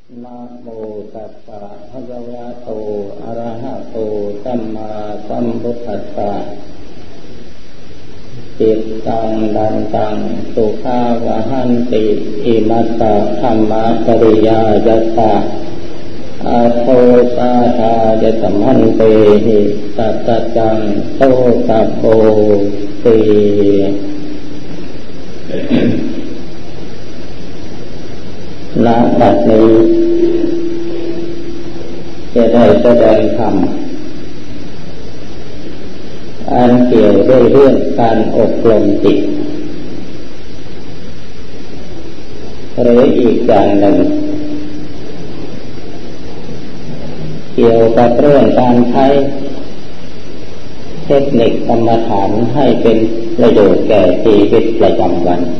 นะโมตัสสะภะคะวะโตอะระหะโตสัมมาสัมพุทธัสสะจิตตังดันตังสุขาวะหันติอิมัสสะธัมมะปริยายัสสะอะโทสาธายะสัมหันเตหิสัจจังโตตัปโปติณ บัดนี้จะได้แสดงธรรมอันเกี่ยวด้วยเรื่องการอบรมจิตหรืออีกอย่างหนึ่งเกี่ยวกับเรื่องการใช้เทคนิคกรรมฐานให้เป็นประโยชน์แก่ชีวิตประจำวัน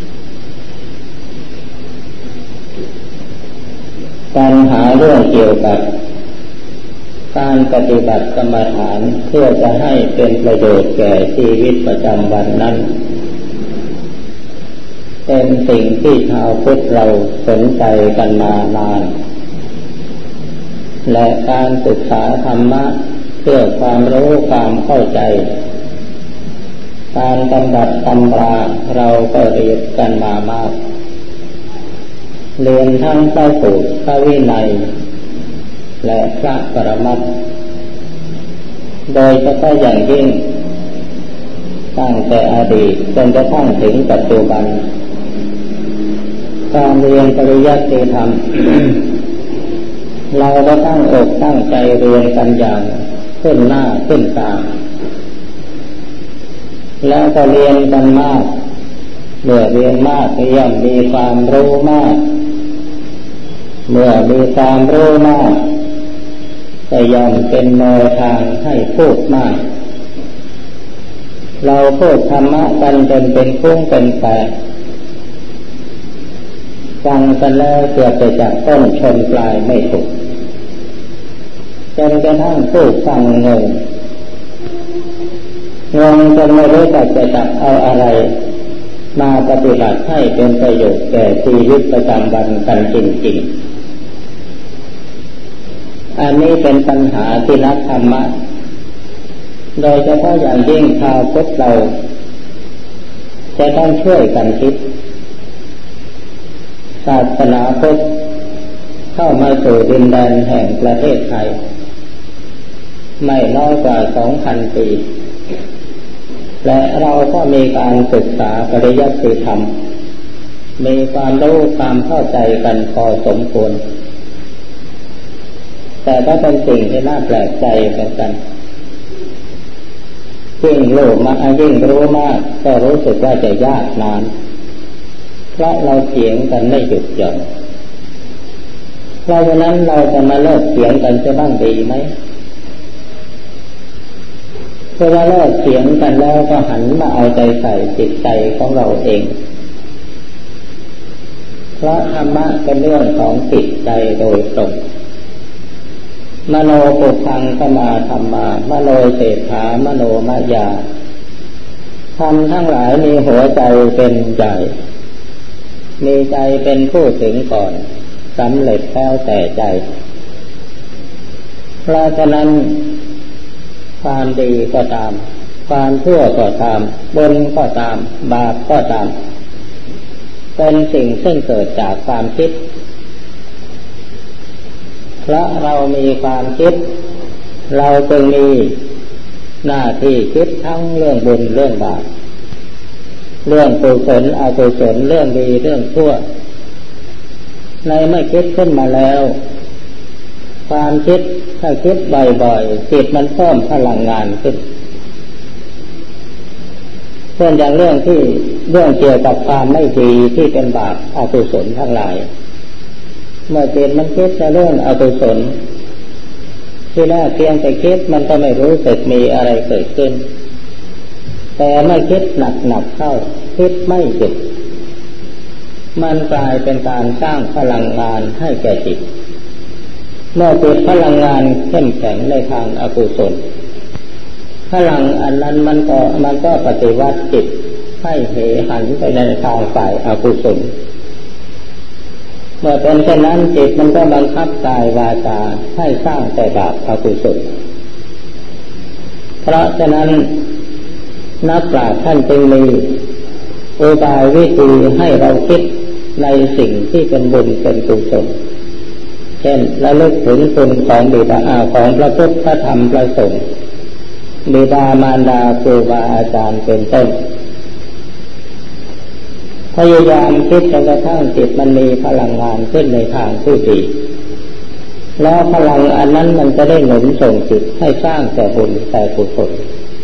การหาเรื่องเกี่ยวกับการปฏิบัติกรรมฐานเพื่อจะให้เป็นประโยชน์แก่ชีวิตประจำวันนั้นเป็นสิ่งที่ชาวพุทธเราสนใจกันมานานและการศึกษาธรรมะเพื่อความรู้ความเข้าใจการปฏิบัติตำราเราก็เรียนกันมามากเรียนทั้งพระสูตรพระวินัยและพระปรมัตถ์โดยเฉพาะอย่างยิ่งตั้งแต่อดีตจนกระทั่งถึงปัจจุบันการเรียนปริยัติธรรม เราก็ตั้งอกตั้งใจเรียนกันอย่างขึ้นหน้าขึ้นตาแล้วก็เรียนกันมากเมื่อเรียนมากย่อมมีความรู้มากเมื่อมีความรู้มากก็ย่อมเป็นแนวทางให้พูดมากเราพูดธรรมะกันจนเป็นพุ่งเป็นแปดฟังกันแล้วเกือบจะจับต้นชนปลายไม่ถูกจนกระทั่งผู้ฟังงงจนไม่รู้จะจับเอาอะไรมาปฏิบัติให้เป็นประโยชน์แก่ชีวิตประจำวันกันจริงๆอันนี้เป็นปัญหาที่นักธรรมะโดยเฉพาะอย่างยิ่งชาวพุทธเราจะต้องช่วยกันคิดศาสนาพุทธเข้ามาสู่ดินแดนแห่งประเทศไทยไม่น้อยกว่า 2,000 ปีและเราก็มีการศึกษาปริยัติธรรมมีความรู้ความเข้าใจกันพอสมควรแต่ก็เป็นสิ่งที่น่าแปลกใจเหมือนกันยิ่งรู้มากยิ่งรู้มากก็รู้สึกว่าจะยากนานเพราะเราเถียงกันไม่หยุดหย่อนเพราะฉะนั้นเราจะมาเลิกเถียงกันจะบ้างดีไหมเพราะว่าเลิกเถียงกันแล้วก็หันมาเอาใจใส่จิตใจของเราเองเพราะธรรมะเป็นเรื่องของจิตใจโดยตรงมโนปุพังสมาธัมมามโนเศรษฐามโนมยาธรรมทั้งหลายมีหัวใจเป็นใหญ่มีใจเป็นผู้ถึงก่อนสำเร็จแล้วแต่ใจเพราะฉะนั้นความดีก็ตามความชั่วก็ตามบุญก็ตามบาปก็ตามเป็นสิ่งซึ่งเกิดจากความคิดเพราะเรามีความคิดเราจึงมีหน้าที่คิดทั้งเรื่องบุญเรื่องบาปเรื่องกุศลอกุศลเรื่องดีเรื่องชั่วในเมื่อคิดขึ้นมาแล้วความคิดถ้าคิดบ่อยๆจิตมันเพิ่มพลังงานขึ้นเช่นอย่างเรื่องเกี่ยวกับความไม่ดีที่เป็นบาปอกุศลทั้งหลายเมื่อจิตมันคิดในเรื่องอกุศลที่แรกเพียงแต่คิดมันก็ไม่รู้สึกมีอะไรเกิดขึ้นแต่เมื่อคิดหนักๆเข้าคิดไม่หยุดมันกลายเป็นการสร้างพลังงานให้แก่จิตเมื่อจิตพลังงานเข้มแข็งในทางอกุศลพลังอันนั้นมันก็ปฏิวัติจิตให้เหหันไปในทางฝ่ายอกุศลเมื่อเป็นเช่นนั้นจิตมันก็บังคับกายวาจาให้สร้างแต่บาปอกุศลเพราะฉะนั้นนักปราชญ์ท่านจึงมีอุบายวิธีให้เราคิดในสิ่งที่เป็นบุญเป็นกุศลเช่นระลึกถึงคุณของบิดาของพระพุทธพระธรรมพระสงฆ์บิดามารดาครูบาอาจารย์เป็นต้นพยายามคิดจนกระทั่งจิตมันมีพลังงานขึ้นในทางที่ดีแล้วพลังอันนั้นมันจะได้หนุนส่งจิตให้สร้างแต่บุญแต่กุศล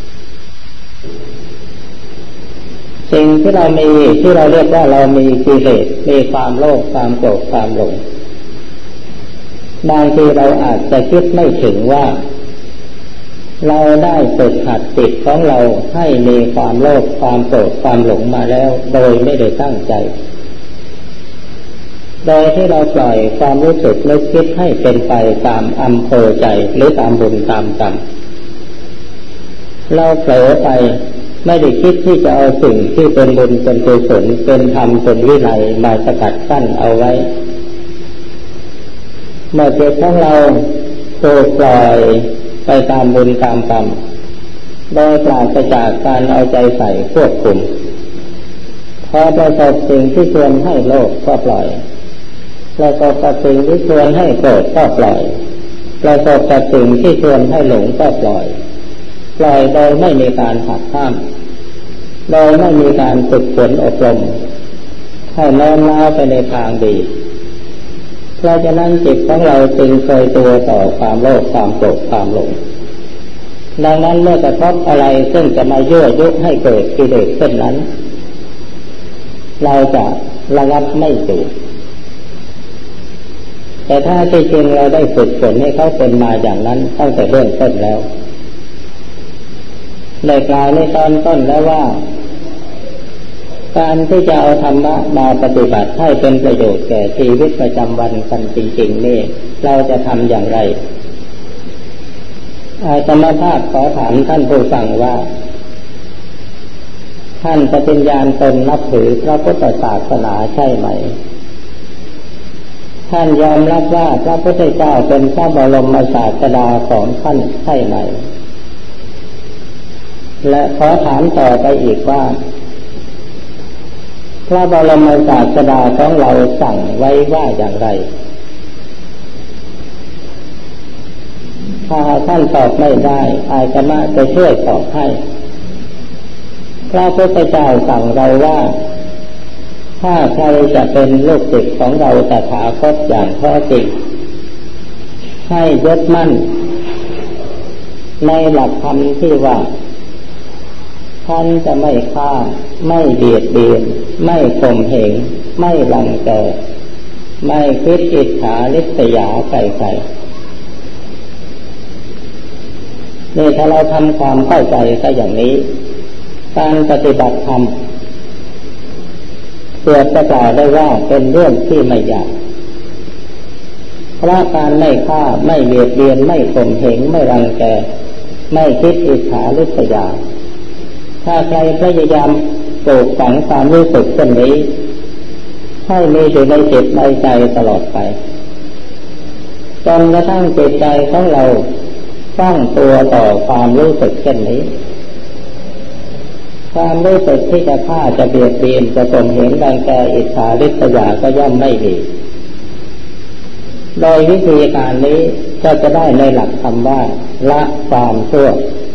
สิ่งที่เรามีที่เราเรียกว่าเรามีกิเลสมีความโลภความโกรธความหลงบางทีเราอาจจะคิดไม่ถึงว่าเราได้ฝึกหัดจิตของเราให้มีความโลภความโกรธความหลงมาแล้วโดยไม่ได้ตั้งใจโดยที่เราปล่อยความรู้สึกนึกคิดให้เป็นไปตามอำเภอใจหรือตามบุญตามกรรมเราเผลอไปไม่ได้คิดที่จะเอาสิ่งที่เป็นบุญเป็นกุศลเป็นธรรมเป็นวินัยมาสกัดกั้นเอาไว้เมื่อจิตของเราถูกปล่อยไปตามบุญตามกรรมโดยปราศจากการเอาใจใส่ควบคุมพอประสบสิ่งที่ชวนให้โลภก็ปล่อยประสบกับสิ่งที่ชวนให้โกรธก็ปล่อยประสบกับสิ่งที่ชวนให้หลงก็ปล่อยโดยไม่มีการหักห้ามโดยไม่มีการฝึกฝนอบรมให้โน้มน้าวไปในทางดีเพราะฉะนั้นจิตของเราจึงเคยตัวต่อความโลภความโกรธความหลงดังนั้นเมื่อกระทบอะไรซึ่งจะมายั่วยุให้เกิดกิเลสเช่นนั้นเราจะระงับไม่อยู่แต่ถ้าที่จริงเราได้ฝึกฝนให้เขาเป็นมาอย่างนั้นตั้งแต่เริ่มต้นแล้วได้กล่าวในตอนต้นแล้วว่าการที่จะเอาธรรมะมาปฏิบัติให้เป็นประโยชน์แก่ชีวิตประจำวันกันจริงๆนี่เราจะทำอย่างไรอาตมาภาพขอถามท่านผู้ฟังว่าท่านปฏิญญาณตนนับถือพระพุทธศาสนาใช่ไหมท่านยอมรับว่าพระพุทธเจ้าเป็นพระบรมศาสดาของท่านใช่ไหมและขอถามต่อไปอีกว่าพระบรมศาสดาของเราสั่งไว้ว่าอย่างไรถ้าท่านตอบไม่ได้อาตมาจะช่วยตอบให้พระพุทธเจ้าสั่งเราว่าถ้าใครจะเป็นลูกศิษย์ของเราตถาคตอย่างแท้จริงให้ยึดมั่นในหลักธรรมที่ว่าท่านจะไม่ฆ่าไม่เบียดเบียนไม่ข่มเหงไม่รังแกไม่คิดอิจฉาริษยาใครๆนี่ถ้าเราทำความเข้าใจซะอย่างนี้การปฏิบัติธรรมเกิดจะกล่าวได้ว่าเป็นเรื่องที่ไม่ยากเพราะการไม่ฆ่าไม่เบียดเบียนไม่ข่มเหงไม่รังแกไม่คิดอิจฉาริษยาถ้าใครพยายามปลูกฝังความรู้สึกเช่นนี้ให้มีอยู่ในจิตในใจตลอดไปจนกระทั่งจิตใจของเราตั้งตัวต่อความรู้สึกเช่นนี้ความรู้สึกที่จะฆ่าจะเบียดเบียนจะข่มเหงรังแกอิจฉาริษยาก็ย่อมไม่มีโดยวิธีการนี้ก็จะได้ในหลักธรรมว่าละความชั่ว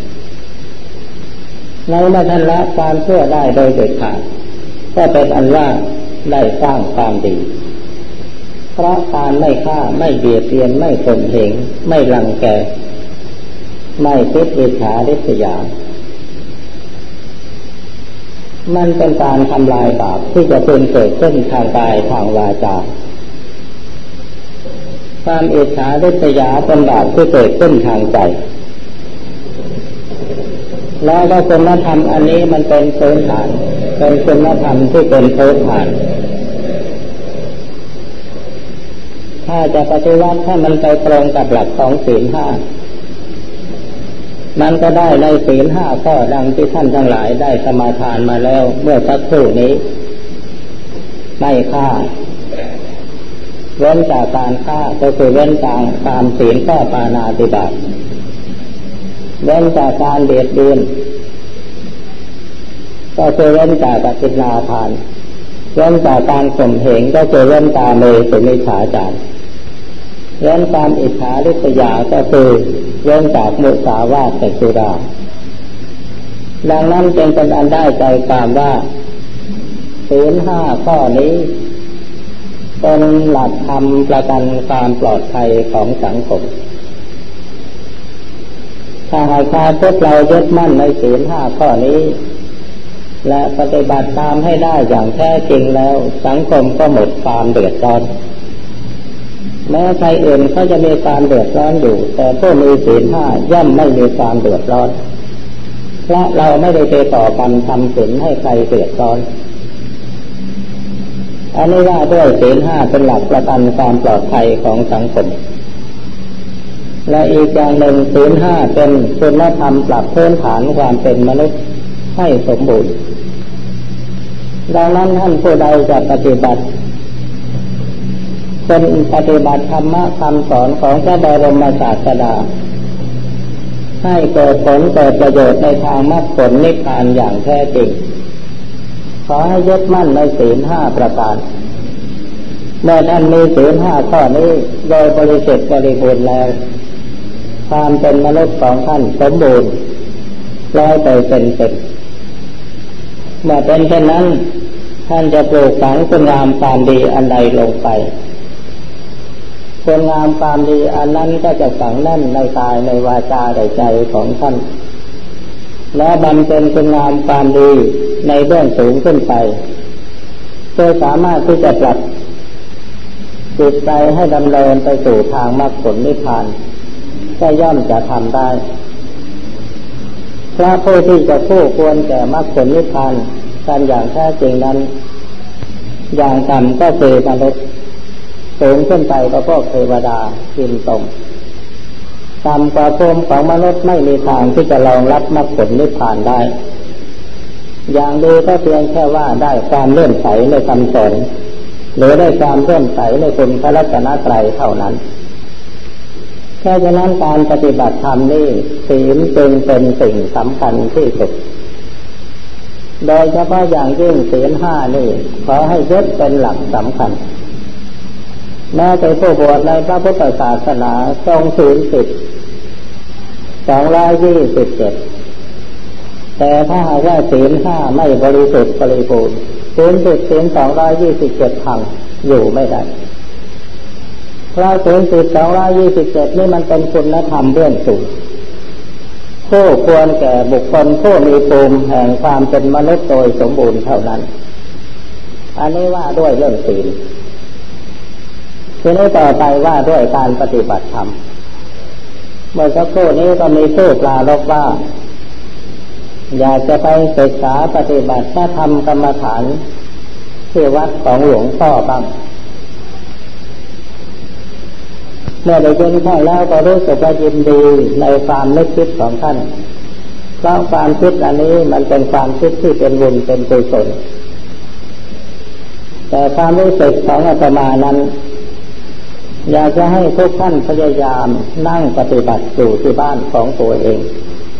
ในเมื่อท่านละความชั่วได้โดยเด็ดขาดก็เป็นอันว่าได้สร้างความดีเพราะการไม่ฆ่าไม่เบียดเบียนไม่ข่มเหงไม่รังแกไม่คิดอิจฉาริษยามันเป็นการทำลายบาปที่จะเป็นเกิดขึ้นทางกายทางวาจาความอิจฉาริษยาเป็นบาปที่เกิดขึ้นทางใจแล้วก็คุณธรรมอันนี้มันเป็นพื้นฐานเป็นคุณธรรมที่เป็นพื้นฐานถ้าจะปฏิวัติให้มันไปตรงกับหลักของศีลห้ามันก็ได้ในศีลห้าข้อดังที่ท่านทั้งหลายได้สมาทานมาแล้วเมื่อสักครู่นี้ไม่ฆ่าเว้นจากการฆ่าก็คือเว้นจากตามศีลข้อปาณาติบาตเว้นจากการเบียดเบียนก็คือเว้นจากปฏิฆาทานเว้นจากการข่มเหงก็คือเว้นจากเมตุมิจฉาจารเว้นการอิจฉาริษยาก็คือเว้นจากมุสาวาทและสุราดังนั้นจึงเป็นอันได้ใจความว่าศีลห้าข้อนี้เป็นหลักธรรมประกันความปลอดภัยของสังคมถ้าหากพวกเรายึดมั่นในศีลห้าข้อนี้และปฏิบัติตามให้ได้อย่างแท้จริงแล้วสังคมก็หมดความเดือดร้อนแม้ใครอื่นเขาจะมีความเดือดร้อนอยู่แต่ผู้มีศีลห้าย่อมไม่มีความเดือดร้อนเพราะเราไม่ได้ไปต่อกันทำศีลให้ใครเดือดร้อนอันนี้ว่าด้วยศีลห้าเป็นหลักประกันความปลอดภัยของสังคมและอีกอย่างหนึ่งศีลห้าเป็นคุณธรรมปรับพื้นฐานความเป็นมนุษย์ให้สมบูรณ์ดังนั้นท่านผู้ใดจะปฏิบัติเป็นปฏิบัติธรรมะคำสอนของพระบรมศาสดาให้เกิดผลเกิดประโยชน์ในทางมรรคผลนิพพานอย่างแท้จริงขอให้ยึดมั่นในศีลห้าประการเมื่อท่านมีศีลห้าข้อนี้โดยบริสุทธิ์บริบูรณ์แล้วความเป็นมนุษย์ของท่านสมบูรณ์100%เมื่อเป็นเช่นนั้นท่านจะปลูกฝังคุณงามความดีอันใดลงไปคุณงามความดีอันนั้นก็จะฝังแน่นในกายในวาจาในใจของท่านและบำเพ็ญคุณงามความดีในเบื้องสูงขึ้นไปเพื่อสามารถที่จะปรับจิตใจให้ดำเนินไปสู่ทางมรรคผลนิพพานก็ย่อมจะทำได้เพราะผู้ที่จะคู่ควรแก่มรรคผลนิพพานกันอย่างแท้จริงนั้นอย่างต่ำก็คือมนุษย์สูงขึ้นไปก็พวกเทวดาจินตมต่ำกว่าภูมิของมนุษย์ไม่มีทางที่จะรองรับมรรคผลนิพพานได้อย่างดีก็เพียงแค่ว่าได้ความเลื่อมใสในคำสอนหรือได้ความเลื่อมใสในคุณพระรัตนตรัยเท่านั้นแค่ฉะนั้นการปฏิบัติธรรมนี่ศีลจึงเป็นสิ่งสำคัญที่สุดโดยเฉพาะอย่างยิ่งศีลห้านี่ขอให้ยึดเป็นหลักสำคัญแม้แต่ผู้บวชในพระพุทธศาสนาทรงศีล227แต่ถ้าหากว่าศีลห้าไม่บริสุทธิ์บริบูรณ์ศีล227พังอยู่ไม่ได้เพราะศีล227นี่มันเป็นคุณธรรมเบื้องสูงผู้ควรแก่บุคคลผู้มีภูมิแห่งความเป็นมนุษย์โดยสมบูรณ์เท่านั้นอันนี้ว่าด้วยเรื่องศีลทีนี้ต่อไปว่าด้วยการปฏิบัติธรรมเมื่อสักครู่นี้ก็มีผู้ปรารภว่าอยากจะไปศึกษาปฏิบัติพระธรรมกรรมฐานที่วัดของหลวงพ่อบ้างเมื่อได้ยินท่านแล้วก็รู้สึกว่ายินดีในความนึกคิดของท่านเพราะความคิดอันนี้มันเป็นความคิดที่เป็นบุญเป็นกุศลแต่ความรู้สึกของอาตมานั้นอยากจะให้ทุกท่านพยายามนั่งปฏิบัติอยู่ที่บ้านของตัวเอง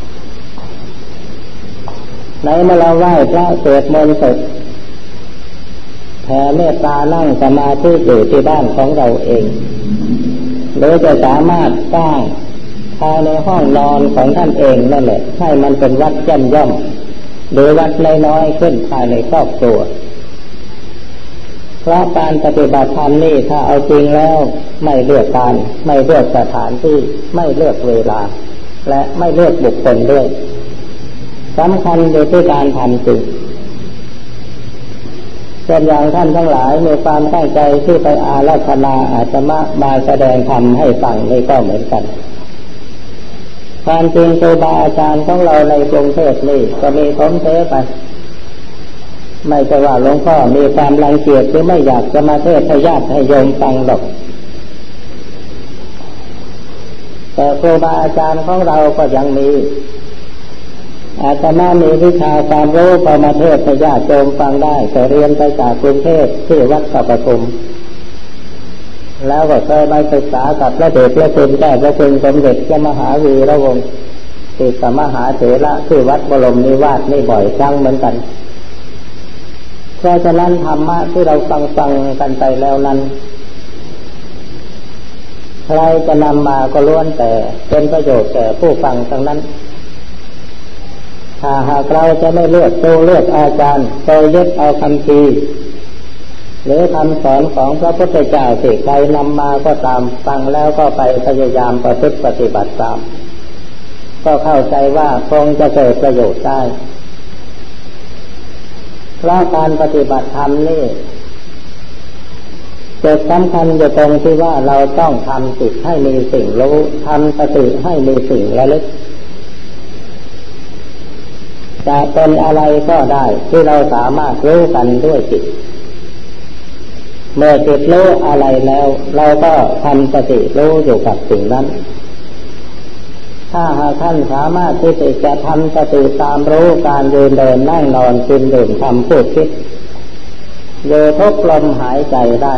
ในเมื่อเราไหว้พระสวดมนต์เสร็จแผ่เมตตานั่งสมาธิอยู่ที่บ้านของเราเองหรือจะสามารถสร้างภายในห้องนอนของท่านเองนั่นแหละให้มันเป็นวัดย่อมหรือวัดน้อยๆขึ้นภายในครอบครัวเพราะการปฏิบัติธรรมนี่ถ้าเอาจริงแล้วไม่เลือกการไม่เลือกสถานที่ไม่เลือกเวลาและไม่เลือกบุคคลด้วยสำคัญอยู่ที่การทำจริงเช่นอย่างท่านทั้งหลายมีความตั้งใจที่ไปอาราธนาอาตมาแสดงธรรมให้ฟังนี่ก็เหมือนกันการจริงครูบาอาจารย์ของเราในกรุงเทพนี่ก็มีผมเทไปไม่ใช่ว่าหลวงพ่อมีความรังเกียจหรือไม่อยากจะมาเทศน์ให้ญาติให้โยมฟังหรอกแต่ครูบาอาจารย์ของเราก็ยังมีอาตมามีวิชาความรู้พอมาเทศน์ให้ญาติโยมฟังได้แต่เรียนไปจากกรุงเทพที่วัดปทุมแล้วก็เคยไปศึกษากับพระเดชพระคุณเจ้าพระคุณสมเด็จพระมหาวีระวงศ์ติสมหาเถระที่วัดบรมนิวาสนี่บ่อยครั้งเหมือนกันเพราะฉะนั้นธรรมะที่เราฟังกันไปแล้วนั้นใครจะนำมาก็ล้วนแต่เป็นประโยชน์แก่ผู้ฟังทั้งนั้นถ้าหากเราจะไม่เลือกตัวเลือกอาจารย์โดยยึดเอาคำพีหรือคำสอนของพระพุทธเจ้าที่ใครนำมาก็ตามฟังแล้วก็ไปพยายามประพฤติปฏิบัติตามก็เข้าใจว่าคงจะเกิดประโยชน์ได้เพราะการปฏิบัติธรรมนี่จุดสำคัญอยู่ตรงที่ว่าเราต้องทำจิตให้มีสิ่งรู้ทำสติให้มีสิ่งระลึกจะเป็นอะไรก็ได้ที่เราสามารถรู้กันด้วยจิตเมื่อจิตรู้อะไรแล้วเราก็ทำสติรู้อยู่กับสิ่งนั้นถ้าหากท่านสามารถที่จะทำสติตามรู้การยืนเดินนั่งนอนกินดื่มทำพูดคิดอยู่ทุกลมหายใจได้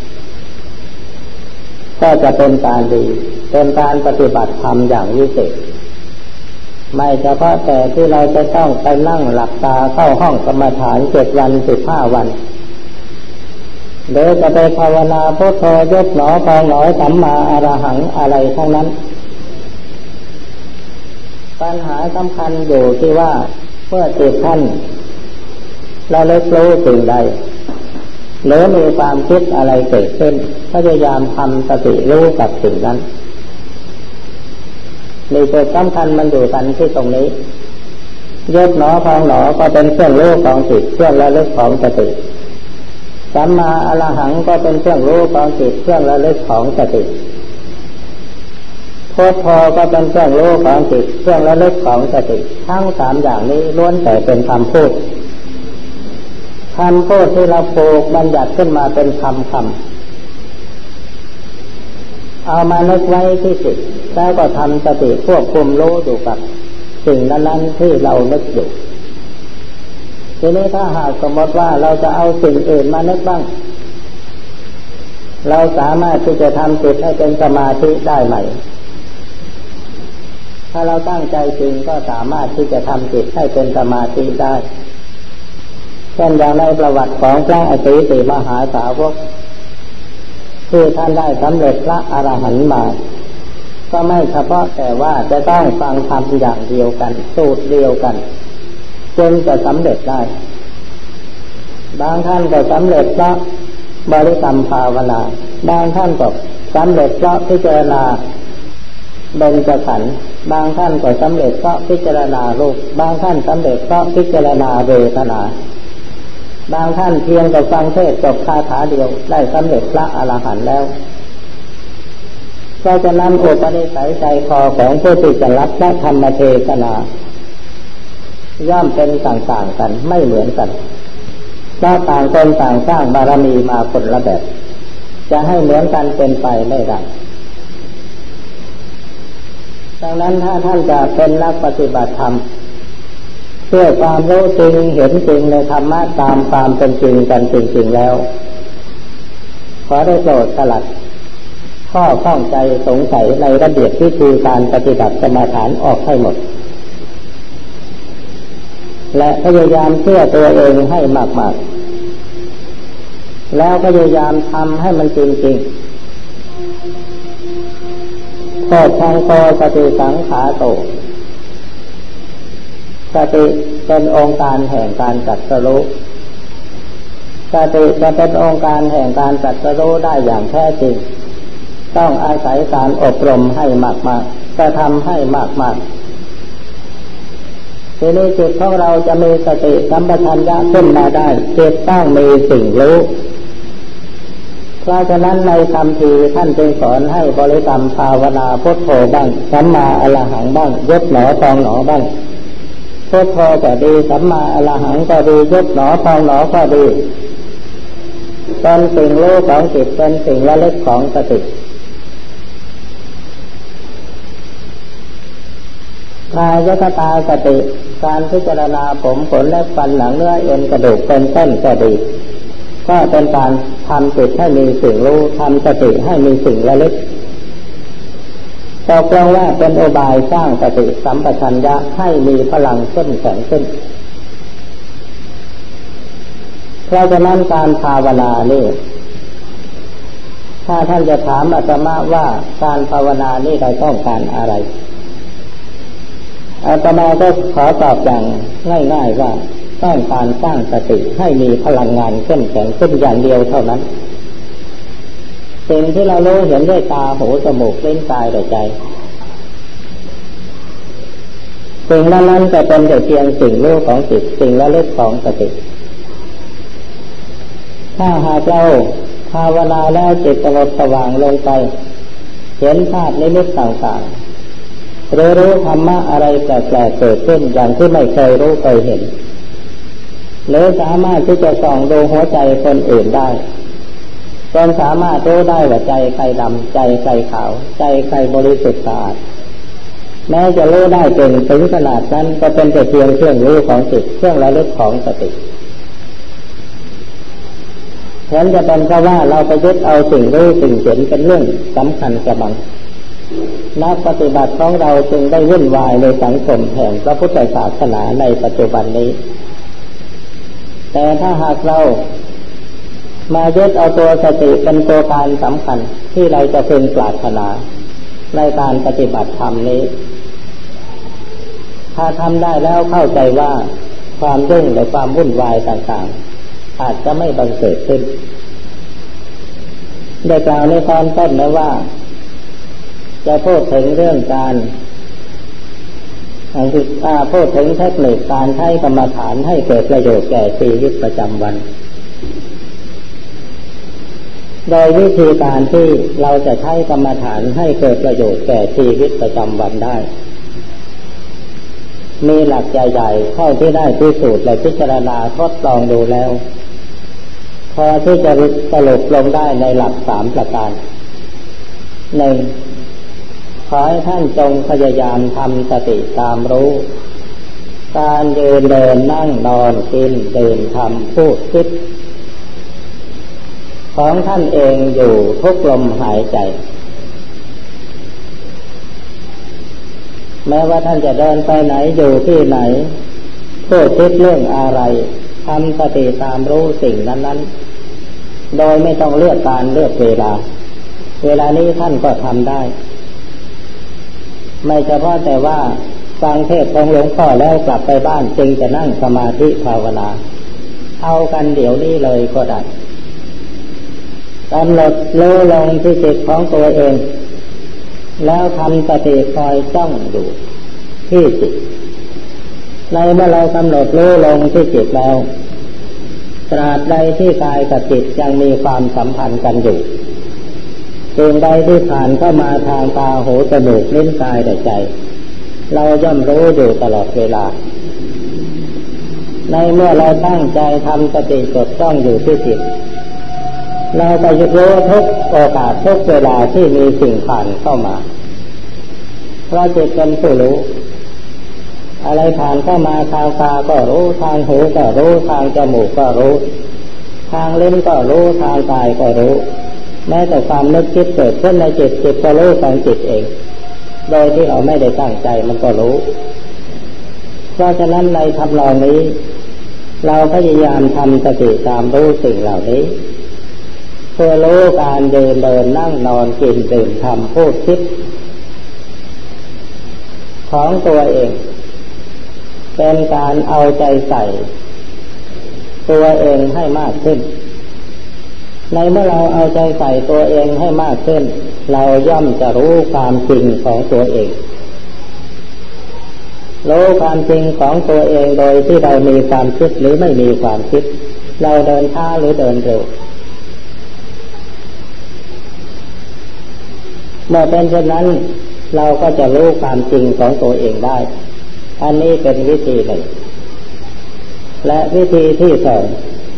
ก็จะเป็นการดีเป็นการปฏิบัติธรรมอย่างวิเศษไม่เฉพาะแต่ที่เราจะต้องไปนั่งหลับตาเข้าห้องกรรมฐาน7 วัน15 วันหรือจะไปภาวนาพุทโธยกหนอพองหนอสัมมาอรหังอะไรทั้งนั้นปัญหาสำคัญอยู่ที่ว่าเมื่อจิตท่านระลึกรู้สิ่งใดหรือมีความคิดอะไรเกิดขึ้นพยายามทำสติรู้กับสิ่งนั้นนี่จุดสำคัญมันอยู่กันที่ตรงนี้ยกหนอพองหนอก็เป็นเครื่องรู้ของจิตเครื่องระลึกของสติสัมมาอรหังก็เป็นเครื่องรู้ของจิตเครื่องระลึกของสติพุทโธก็เป็นเครื่องรู้ของจิตเครื่องระลึกของสติทั้ง3อย่างนี้ล้วนแต่เป็นคำพูดที่เราปลูกบัญญัติขึ้นมาเป็นคำเอามานึกไว้ที่จิตแล้วก็ทำสติควบคุมรู้อยู่กับสิ่งนั้นๆที่เรานึกอยู่ทีนี้ถ้าหากสมมติว่าเราจะเอาสิ่งอื่นมานึกบ้างเราสามารถที่จะทำจิตให้เป็นสมาธิได้ไหมถ้าเราตั้งใจจริงก็สามารถที่จะทำจิตให้เป็นสมาธิได้เช่นอย่างในประวัติของพระอสิติมหาสาวกที่ท่านได้สำเร็จพระอรหันต์มาก็ไม่เฉพาะแต่ว่าจะต้องฟังธรรมอย่างเดียวกันสูตรเดียวกันจึงจะสำเร็จได้บางท่านก็สำเร็จเพราะบริกรรมภาวนาบางท่านก็สำเร็จเพราะพิจารณาเบญจขันธ์บางท่านก็สำเร็จเพราะพิจารณารูปบางท่านสำเร็จเพราะพิจารณาเวทนาบางท่านเพียงแต่ฟังเทศน์จบคาถาเดียวได้สำเร็จพระอรหันต์แล้วเพราะฉะนั้นอุปนิสัยใจคอของผู้ที่จะรับพระธรรมเทศนาย่อมเป็นต่างๆกันไม่เหมือนกันถ้าต่างคนต่างสร้างบารมีมาคนละแบบจะให้เหมือนกันเป็นไปไม่ได้ดังนั้นถ้าท่านจะเป็นนักปฏิบัติธรรมเพื่อความรู้จริงเห็นจริงในธรรมะตามความเป็นจริงกันจริงๆแล้วขอได้โปรดสลัดข้อข้องใจสงสัยในระเบียบวิธีการปฏิบัติสมาทานออกให้หมดและพยายามเชื่อตัวเองให้มากๆแล้วพยายามทำให้มันจริงๆโพชฌังโกสติสังขาโตสติเป็นองค์การแห่งการตรัสรู้สติจะเป็นองค์การแห่งการตรัสรู้ได้อย่างแท้จริงต้องอาศัยการอบรมให้มากๆกระทำให้มากๆทีนี้จิตของเราจะมีสติสัมปชัญญะขึ้นมาได้จิตต้องมีสิ่งรู้เพราะฉะนั้นในคำพีท่านจึงสอนให้บริกรรมภาวนาพุทโธบ้างสัมมาอรหังบ้างยกหนอพองหนอบ้างพุทโธก็ดีสัมมาอรหังก็ดียกหนอพองหนอก็ดีเป็นสิ่งรู้ของจิตเป็นสิ่งระลึกของสติกายคตาสติการพิจารณาผมขนและฟันหนังเนื้อเอ็นกระดูกเป็นต้นก็ดีก็เป็นการทำจิตให้มีสิ่งรู้ทำสติให้มีสิ่งระลึกตกลงว่าเป็นอุบายสร้างสติสัมปชัญญะให้มีพลังเข้มแข็งขึ้นเพราะฉะนั้นการภาวนานี่ถ้าท่านจะถามอาตมาว่าการภาวนานี่เราต้องการอะไรอาตมาก็ขอตอบอย่างง่ายๆว่าต้องการสร้างสติให้มีพลังงานเข้มแข็งขึ้นอย่างเดียวเท่านั้นสิ่งที่เรารู้เห็นด้วยตาหูจมูกลิ้นกายและใจสิ่งนั้นจะเป็นแต่เพียงสิ่งรู้ของจิตสิ่งระลึกของสติถ้าหากเราภาวนาแล้วจิตสงบสว่างลงไปเห็นภาพนิมิตต่างๆหรือรู้ธรรมะอะไรแปลกๆเกิดขึ้นอย่างที่ไม่เคยรู้เคยเห็นหรือสามารถที่จะส่องดูหัวใจคนอื่นได้จนสามารถรู้ได้ว่าใจใครดำใจใครขาวใจใครบริสุทธิ์สะอาดแม้จะรู้ได้เก่งถึงขนาดนั้นก็เป็นแต่เพียงเครื่องรู้ของจิตเครื่องระลึกของสติฉะนั้นจะเป็นเพราะว่าเราไปยึดเอาสิ่งรู้สิ่งเห็นเป็นเรื่องสำคัญกระมังนักปฏิบัติของเราจึงได้วุ่นวายในสังคมแห่งพระพุทธศาสนาในปัจจุบันนี้แต่ถ้าหากเรามายึดเอาตัวสติเป็นตัวการสำคัญที่เราจะพึงปรารถนาในการปฏิบัติธรรมนี้ถ้าทำได้แล้วเข้าใจว่าความยุ่งและความวุ่นวายต่างๆอาจจะไม่บังเกิดขึ้นได้กล่าวในตอนต้นแล้วว่าจะพูดถึงเรื่องการพูดถึงเทคนิคการใช้กรรมฐานให้เกิดประโยชน์แก่ชีวิตประจำวันโดยวิธีการที่เราจะใช้กรรมฐานให้เกิดประโยชน์แก่ชีวิตประจำวันได้มีหลักใหญ่ๆเข้าที่ได้พิสูจน์และพิจารณาทดลองดูแล้วพอที่จะสรุปลงได้ในหลัก3ประการ 1. ขอให้ท่านจงพยายามทำสติตามรู้การยืนเดินนั่งนอนกินดื่มทำพูดคิดของท่านเองอยู่ทุกลมหายใจแม้ว่าท่านจะเดินไปไหนอยู่ที่ไหนพูดคิดเรื่องอะไรทำสติตามรู้สิ่งนั้นๆโดยไม่ต้องเลือกการเลือกเวลานี้ท่านก็ทำได้ไม่เฉพาะแต่ว่าฟังเทศน์ของหลวงพ่อแล้วกลับไปบ้านจึงจะนั่งสมาธิภาวนาเอากันเดี๋ยวนี้เลยก็ได้กำหนดรู้ลงที่จิตของตัวเองแล้วทำสติคอยจ้องอยู่ที่จิตในเมื่อเรากำหนดรู้ลงที่จิตแล้วตราบใดที่กายกับจิตยังมีความสัมพันธ์กันอยู่สิ่งใดที่ผ่านเข้ามาทางตาหูจมูกลิ้นกายและใจเราย่อมรู้อยู่ตลอดเวลาในเมื่อเราตั้งใจทำสติจดจ้องอยู่ที่จิตเราไปรู้ทุกโอกาสทุกเวลาที่มีสิ่งผ่านเข้ามาเพราะจิตเป็นผู้รู้อะไรผ่านเข้ามาทางตาก็รู้ทางหูก็รู้ทางจมูกก็รู้ทางลิ้นก็รู้ทางกายก็รู้แม้แต่ความนึกคิดเกิดขึ้นในจิตก็รู้ของจิตเองโดยที่เราไม่ได้ตั้งใจมันก็รู้เพราะฉะนั้นในทำนองนี้เราพยายามทำสติตามรู้สิ่งเหล่านี้เพื่อรู้การเดินนั่งนอนกินดื่มทำพูดคิดของตัวเองเป็นการเอาใจใส่ตัวเองให้มากขึ้นในเมื่อเราเอาใจใส่ตัวเองให้มากขึ้นเราย่อมจะรู้ความจริงของตัวเองรู้ความจริงของตัวเองโดยที่เรามีความคิดหรือไม่มีความคิดเราเดินช้าหรือเดินเร็วเมื่อเป็นเช่นนั้นเราก็จะรู้ความจริงของตัวเองได้อันนี้เป็นวิธีหนึ่งและวิธีที่สอง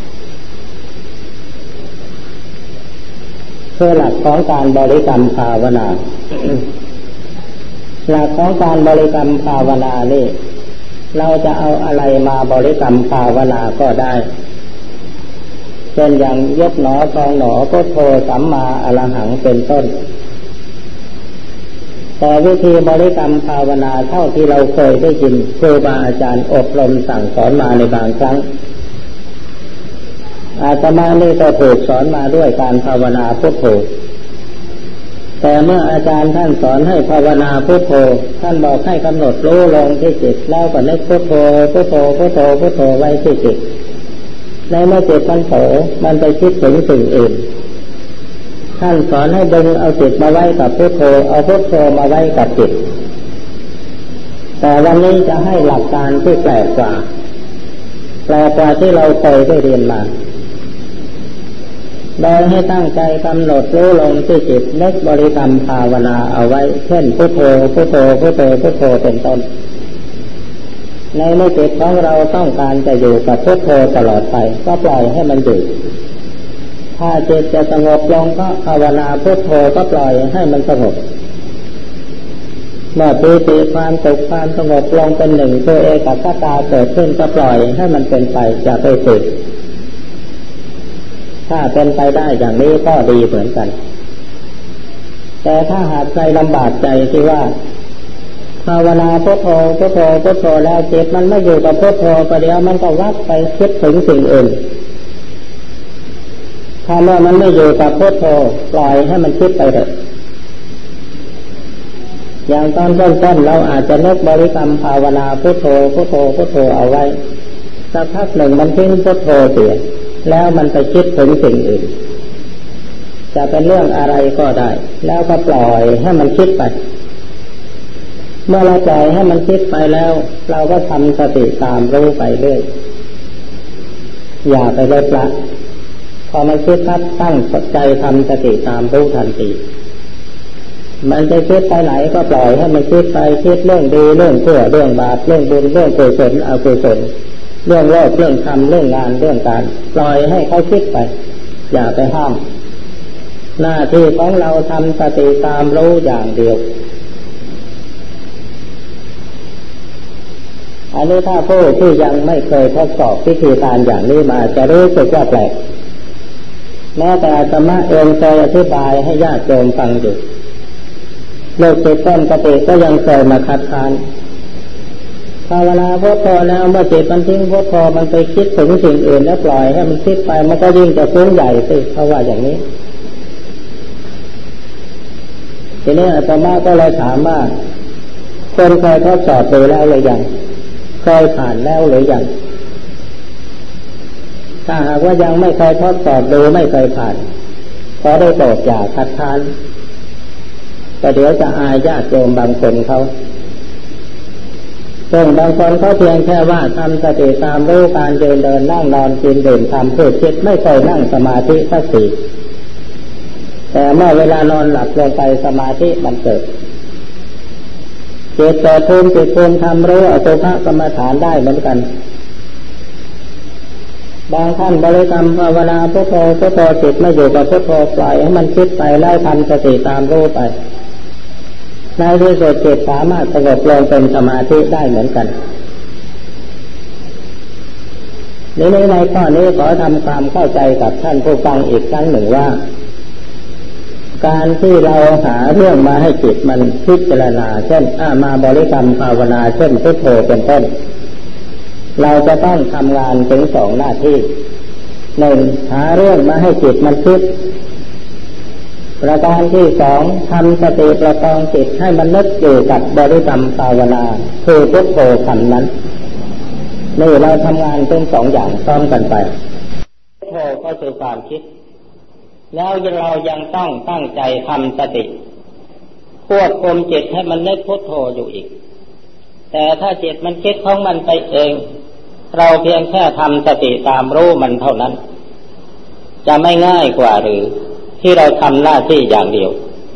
คือหลักของการบริกรรมภาวนา หลักของการบริกรรมภาวนานี่เราจะเอาอะไรมาบริกรรมภาวนาก็ได้ช่นอย่างยกหนอพองหนอพุทโธสัมมาอรหังเป็นต้นแต่วิธีบริกรรมภาวนาเท่าที่เราเคยได้ยินครูบาอาจารย์อบรมสั่งสอนมาในบางครั้งอาตมานี่ก็ถูกสอนมาด้วยการภาวนาพุทโธแต่เมื่ออาจารย์ท่านสอนให้ภาวนาพุทโธท่านบอกให้กำหนดรู้ลงที่จิตแล้วก็นึกพุทโธพุทโธพุทโธพุทโธไว้ที่จิตในเมื่อจิตมันเผลอมันไปคิดถึงสิ่งอื่นท่านสอนให้ดึงเอาจิตมาไว้กับพุทโธเอาพุทโธมาไว้กับจิตแต่วันนี้จะให้หลักการที่แปลกกว่าที่เราเคยได้เรียนมาโดยให้ตั้งใจกำหนดรู้ลงที่จิตนึกบริกรรมภาวนาเอาไว้เช่นพุทโธพุทโธพุทโธพุทโธเป็นต้นในเมื่อจิตของเราต้องการจะอยู่กับพุทโธตลอดไปก็ปล่อยให้มันอยู่ถ้าจิตจะสงบลงก็ภาวนาพุทโธก็ปล่อยให้มันสงบเมื่อปีติความสุขความสงบลงเป็นหนึ่งตัวเอกคตาเกิดขึ้นก็ปล่อยให้มันเป็นไปอย่าไปฝึกถ้าเป็นไปได้อย่างนี้ก็ดีเหมือนกันแต่ถ้าหากใจลำบากใจที่ว่าภาวนาพุทโธพุทโธพุทโธแล้วจิตมันไม่อยู่กับพุทโธประเดี๋ยวมันก็วัดไปคิดถึงสิ่งอื่นถ้าเมื่อมันไม่อยู่กับพุทโธปล่อยให้มันคิดไปเถอะอย่างตอนต้นเราอาจจะนึกบริกรรมภาวนาพุทโธพุทโธพุทโธเอาไว้สักพักหนึ่งมันทิ้งพุทโธเสียแล้วมันไปคิดถึงสิ่งอื่นจะเป็นเรื่องอะไรก็ได้แล้วก็ปล่อยให้มันคิดไปเมื่อเราปล่อยให้มันคิดไปแล้วเราก็ทำสติตามรู้ไปเรื่อยอย่าไปลดละพอมันคิดปั๊บตั้งใจทำสติตามรู้ทันทีมันจะคิดไปไหนก็ปล่อยให้มันคิดไปคิดเรื่องดีเรื่องชั่วเรื่องบาปเรื่องบุญเรื่องกุศลอกุศลเรื่องโลกเรื่องธรรมเรื่องงานเรื่องการปล่อยให้เขาคิดไปอย่าไปห้ามหน้าที่ของเราทำสติตามรู้อย่างเดียวอันนี้ถ้าผู้ที่ยังไม่เคยทดสอบวิธีการอย่างนี้มาจะรู้สึกว่าแปลกแม้แต่อาตมาเองเคยอธิบายให้ญาติโยมฟังอยู่โลกจิตต้นกติก็ยังเคยมาคัดค้านภาวนาพุทโธแล้วเมื่อจิตมันทิ้งพุทโธมันไปคิดถึงสิ่งอื่นแล้วปล่อยให้มันคิดไปมันก็ยิ่งจะฟุ้งใหญ่สิเพราะว่าอย่างนี้ทีนี้อาตมาก็เลยถามว่าคนเคยทดสอบดูแล้วหรือยังเคยผ่านแล้วหรือยังถ้าหากว่ายังไม่เคยทดสอบดูไม่เคยผ่านขอได้โปรดอย่าคัดค้านแต่เดี๋ยวจะอายญาติโยมบางคนเขาซึ่งบางคนเขาเพียงแค่ว่าทำสติตามรู้การเดินนั่งนอนกินดื่มทำพูดคิดไม่เคยนั่งสมาธิสักทีแต่เมื่อเวลานอนหลับลงไปสมาธิมันเกิดจิตเกิดภูมิจิตภูมิทำรู้อสุภกรรมฐานได้เหมือนกันบางท่านบริกรรมภาวนาพุทโธพุทโธจิตไม่อยู่กับพุทโธปล่อยให้มันคิดไปแล้วทำสติตามรู้ไปในที่สุดจิตสามารถสงบลงเป็นสมาธิได้เหมือนกันในข้อนี้ขอทำความเข้าใจกับท่านผู้ฟังอีกครั้งหนึ่งว่าการที่เราหาเรื่องมาให้จิตมันพิจารณาเช่นมาบริกรรมภาวนาเช่นพุทโธเป็นต้นเราจะต้องทำงานถึงสองหน้าที่หนึ่งหาเรื่องมาให้จิตมันคิดประการที่สองทำสติประคองจิตให้มันนึกอยู่กับบริกรรมภาวนาคือพุทโธคำนั้นนี่เราทำงานเป็นสองอย่างพร้อมกันไปพุทโธก็คือความคิดแล้วเรายังต้องตั้งใจทำสติควบคุมจิตให้มันนึกพุทโธอยู่อีกแต่ถ้าจิตมันคิดของมันไปเองเราเพียงแค่ทำสติตามรู้มันเท่านั้นจะไม่ง่ายกว่าหรือที่เราทำหน้าที่อย่างเดียว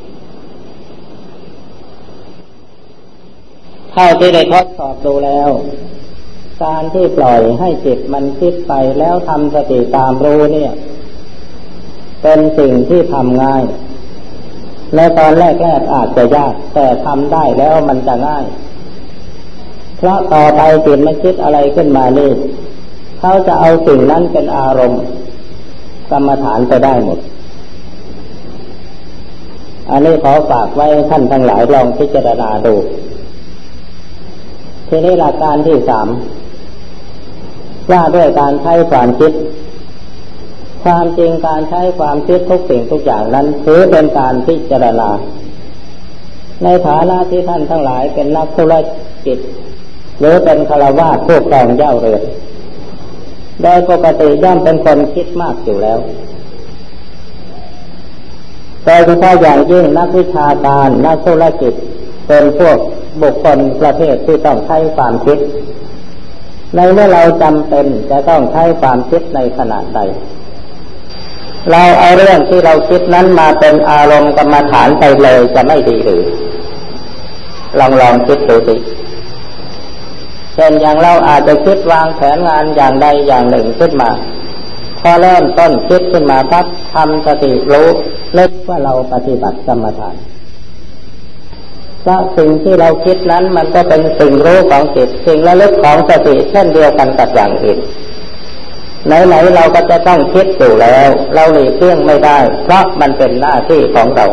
เท่าที่ได้ทดสอบดูแล้วการที่ปล่อยให้จิตมันคิดไปแล้วทำสติตามรู้เนี่ยเป็นสิ่งที่ทำง่ายและตอนแรกอาจจะยากแต่ทำได้แล้วมันจะง่ายเพราะต่อไปจิตมันคิดอะไรขึ้นมานี่เขาจะเอาสิ่งนั้นเป็นอารมณ์กรรมฐานไปได้หมดอันนี้ขอฝากไว้ท่านทั้งหลายลองพิจารณาดูทีนี้หลักการที่สามว่าด้วยการใช้ความคิดความจริงการใช้ความคิดทุกสิ่งทุกอย่างนั้นถือเป็นการพิจารณาในฐานะที่ท่านทั้งหลายเป็นนักธุรกิจหรือเป็นฆราวาสผู้ครองเย่าเรือนโดยปกติย่อมเป็นคนคิดมากอยู่แล้วโดยเฉพาะอย่างยิ่งนักวิชาการนักธุรกิจเป็นพวกบุคคลประเภทที่ต้องใช้ความคิดในเมื่อเราจำเป็นจะต้องใช้ความคิดในขณะใดเราเอาเรื่องที่เราคิดนั้นมาเป็นอารมณ์กรรมฐานไปเลยจะไม่ดีหรือลองคิดดูสิเช่นอย่างเราอาจจะคิดวางแผนงานอย่างใดอย่างหนึ่งขึ้นมาพอเริ่มต้นคิดขึ้นมาปั๊บทำสติรู้นึกว่าเราปฏิบัติกรรมฐานเพราะสิ่งที่เราคิดนั้นมันก็เป็นสิ่งรู้ของจิตสิ่งระลึกของสติเช่นเดียวกันกับอย่างอื่นไหนๆเราก็จะต้องคิดอยู่แล้วเราหลีกเลี่ยงไม่ได้เพราะมันเป็นหน้าที่ของเรา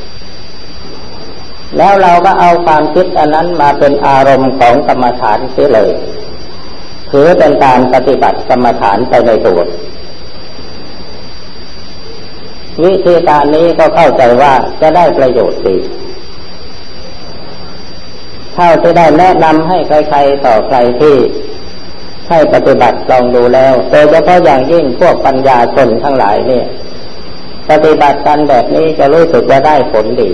แล้วเราก็เอาความคิดอันนั้นมาเป็นอารมณ์ของกรรมฐานเสียเลยถือเป็นการปฏิบัติกรรมฐานไปในตัววิธีการนี้ก็เข้าใจว่าจะได้ประโยชน์ดีเท่าที่ได้แนะนำให้ใครๆต่อใครที่ให้ปฏิบัติลองดูแล้วโดยเฉพาะอย่างยิ่งพวกปัญญาชนทั้งหลายเนี่ยปฏิบัติกันแบบนี้จะรู้สึกว่าได้ผลดี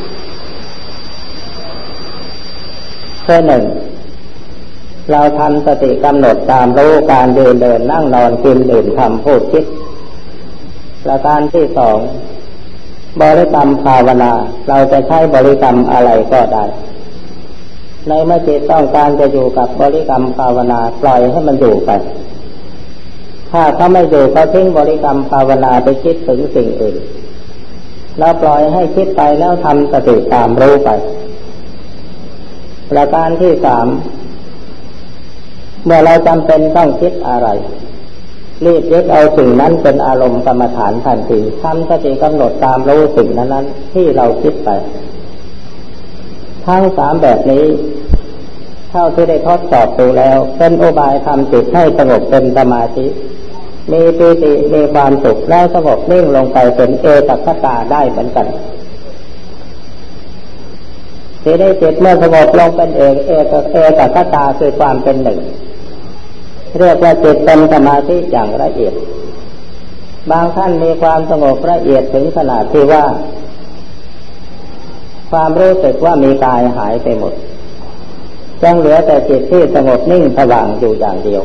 ข้อหนึ่งเราทำสติกำหนดตามรู้การยืนเดินนั่งนอนกินดื่มทำพูดคิดประการที่สองบริกรรมภาวนาเราจะใช้บริกรรมอะไรก็ได้ในเมื่อจิตต้องการจะอยู่กับบริกรรมภาวนาปล่อยให้มันอยู่ไปถ้าเขาไม่อยู่เขาทิ้งบริกรรมภาวนาไปคิดถึงสิ่งอื่นเราปล่อยให้คิดไปแล้วทำสติตามรู้ไปประการที่สามเมื่อเราจำเป็นต้องคิดอะไรรีบยึดเอาสิ่งนั้นเป็นอารมณ์กรรมฐานทันทีทำสติกำหนดตามรู้สิ่งนั้นที่เราคิดไปทั้งสามแบบนี้เท่าที่ได้ทดสอบดูแล้วเป็นอุบายทำจิตให้สงบเป็นสมาธิมีปีติมีความสุขแล้วสงบนิ่งลงไปเป็นเอตัคคตาได้เหมือนกันที่ได้จิตเมื่อสงบลงเป็นเอตัคคตาคือความเป็นหนึ่งเรียกว่าจิตเป็นสมาธิอย่างละเอียดบางท่านมีความสงบละเอียดถึงขนาดที่ว่าความรู้สึกว่ามีกายหายไปหมดยังเหลือแต่จิตที่สงบนิ่งสว่างอยู่อย่างเดียว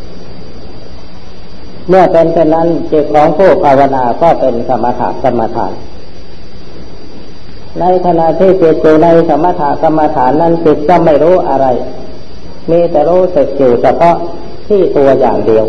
เมื่อเป็นเช่นนั้นจิตของผู้ภาวนาก็เป็นสมถะกรรมฐานในขณะที่จิตอยู่ในสมถะกรรมฐานนั้นจิตก็ไม่รู้อะไรมีแต่รู้สึกอยู่เฉพาะที่ตัวอย่างเดียว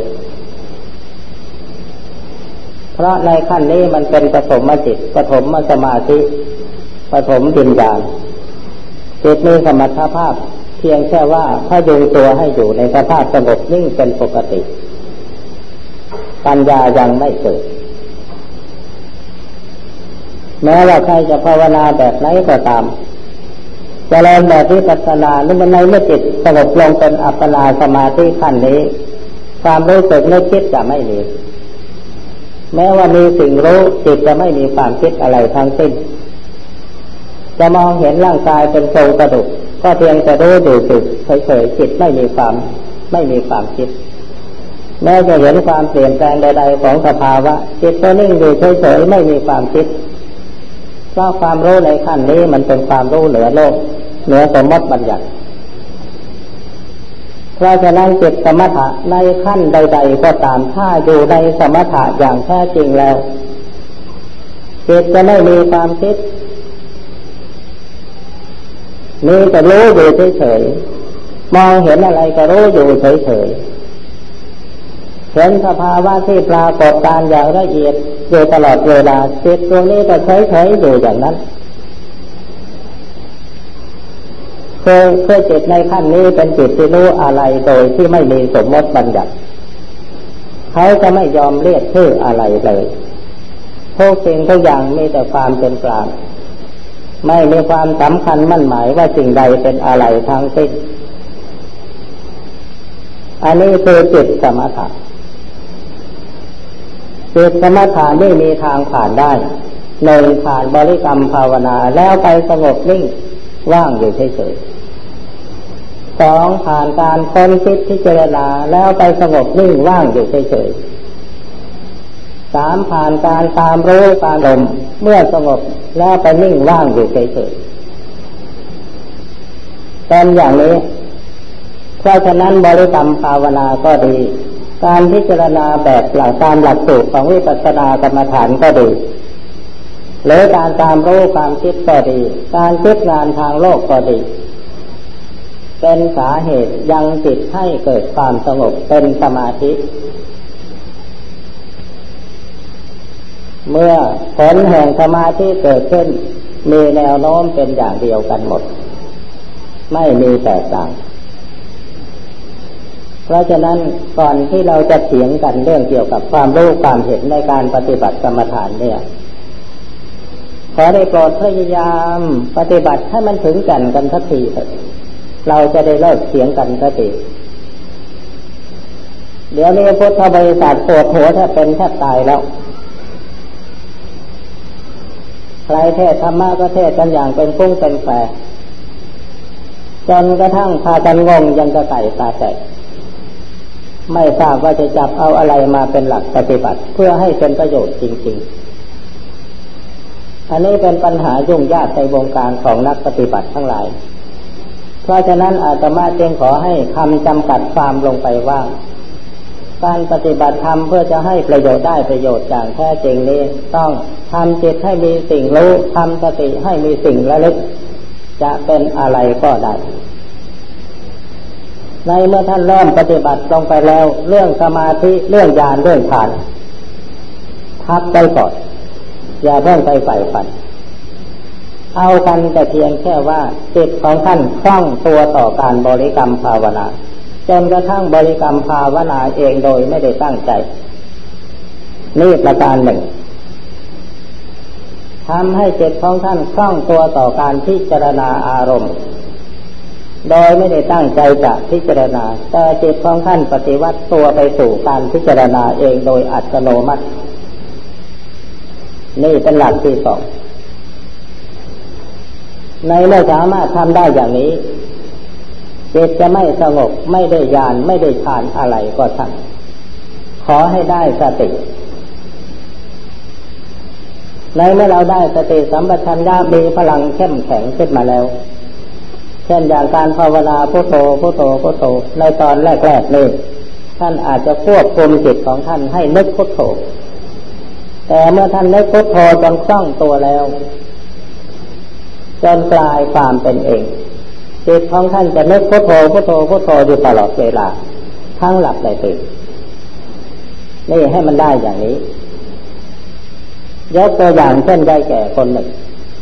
เพราะในขั้นนี้มันเป็นปฐมจิตปฐมสมาธิปฐมวิญญาณจิตมีสมรรถภาพเพียงแค่ว่าพยุงตัวให้อยู่ในสภาพสงบนิ่งเป็นปกติปัญญายังไม่เกิดแม้ว่าใครจะภาวนาแบบไหนก็ตามเจริญแบบวิปัสสนาในเมื่อจิตสงบลงเป็นอัปปนาสมาธิขั้นนี้ความรู้สึกนึกคิดจะไม่มีแม้ว่ามีสิ่งรู้จิตจะไม่มีความคิดอะไรทั้งสิ้นจะมองเห็นร่างกายเป็นโครงกระดูกก็เพียงแต่รู้อยู่เฉยๆจิตไม่มีความคิดแม้จะเห็นความเปลี่ยนแปลงใดๆของสภาวะจิตก็นิ่งอยู่เฉยๆไม่มีความคิดเพราะความรู้ในขั้นนี้มันเป็นความรู้เหนือโลกเหนือสมมติบัญญัติเพราะฉะนั้นจิตสมถะในขั้นใดๆก็ตามถ้าอยู่ในสมถะอย่างแท้จริงแล้วจิตจะไม่มีความคิดมีแต่รู้อยู่เฉยๆมองเห็นอะไรก็รู้อยู่เฉยๆเห็นสภาวะที่ปรากฏการอย่างละเอียดอยู่ตลอดเวลาจิตตรงนี้ก็เฉยๆอยู่อย่างนั้นคือจิตในขั้นนี้เป็นจิตที่รู้อะไรโดยที่ไม่มีสมมติบัญญัติเขาจะไม่ยอมเรียกชื่ออะไรเลยทุกสิ่งทุกอย่างมีแต่ความเป็นกลางไม่มีความสำคัญมั่นหมายว่าสิ่งใดเป็นอะไรทั้งสิ้นอันนี้คือจิตสมถะจิตสมถะนี่มีทางผ่านได้หนึ่งผ่านบริกรรมภาวนาแล้วไปสงบนิ่งว่างอยู่เฉยๆสองผ่านการค้นคิดพิจารณาแล้วไปสงบนิ่งว่างอยู่เฉยๆสามผ่านการตามรู้การดมเมื่อสงบแล้วไปนิ่งว่างอยู่เฉยๆเป็นอย่างนี้เพราะฉะนั้นบริกรรมภาวนาก็ดีการพิจารณาแบบหลักตามหลักสูตรของวิปัสสนากรรมฐานก็ดีหรือการตามรู้ความคิดก็ดีการคิดงานทางโลกก็ดีเป็นสาเหตุยังจิตให้เกิดความสงบเป็นสมาธิเมื่อผลแห่งสมาธิเกิดขึ้นมีแนวโน้มเป็นอย่างเดียวกันหมดไม่มีแตกต่างเพราะฉะนั้นก่อนที่เราจะเถียงกันเรื่องเกี่ยวกับความรู้ความเห็นในการปฏิบัติกรรมฐานเนี่ยขอได้โปรดพยายามปฏิบัติให้มันถึงกันสักทีเถอะเราจะได้เลิกเถียงกันสักทีเดี๋ยวนี้พุทธบริษัทปวดหัวแทบเป็นแทบตายแล้วใครเทศธรรมะก็เทศกันอย่างเป็นกุ้งเป็นแฝดจนกระทั่งพากันงงยังกระไก่ตาแตกไม่ทราบว่าจะจับเอาอะไรมาเป็นหลักปฏิบัติเพื่อให้เป็นประโยชน์จริงๆอันนี้เป็นปัญหายุ่งยากในวงการของนักปฏิบัติทั้งหลายเพราะฉะนั้นอาตมาจึงขอให้คำจำกัดความลงไปว่าการปฏิบัติธรรมเพื่อจะให้ประโยชน์ได้ประโยชน์อย่างแท้จริงนี้ต้องทำจิตให้มีสิ่งรู้ทำสติให้มีสิ่งระลึกจะเป็นอะไรก็ได้ในเมื่อท่านเริ่มปฏิบัติลงไปแล้วเรื่องสมาธิเรื่องญาณเรื่องฌานพักไปก่อนอย่าเพิ่งไปใฝ่ฝันเอากันแต่เพียงแค่ว่าจิตของท่านคล่องตัวต่อการบริกรรมภาวนาจนกระทั่งบริกรรมภาวนาเองโดยไม่ได้ตั้งใจนี่ประการหนึ่งทำให้จิตของท่านคล่องตัวต่อการพิจารณาอารมณ์โดยไม่ได้ตั้งใจจะพิจารณาแต่จิตของท่านปฏิวัติตัวไปสู่การพิจารณาเองโดยอัตโนมัตินี่เป็นหลักที่สองในเมื่อสามารถทำได้อย่างนี้จิตจะไม่สงบไม่ได้ญาณไม่ได้ฌานอะไรก็ช่างขอให้ได้สติในเมื่อเราได้สติสัมปชัญญะมีพลังเข้มแข็งขึ้นมาแล้วเช่นอย่างการภาวนาพุทโธพุทโธพุทโธในตอนแรกๆนี่ท่านอาจจะควบคุมจิตของท่านให้นึกพุทโธแต่เมื่อท่านนึกพุทโธจนคล่องตัวแล้วจนกลายความเป็นเองจิตของท่านจะนึกพุทโธพุทโธพุทโธอยู่ตลอดเวลาทั้งหลับและตื่นนี่ให้มันได้อย่างนี้ยกตัวอย่างเช่นยายแก่คนหนึ่ง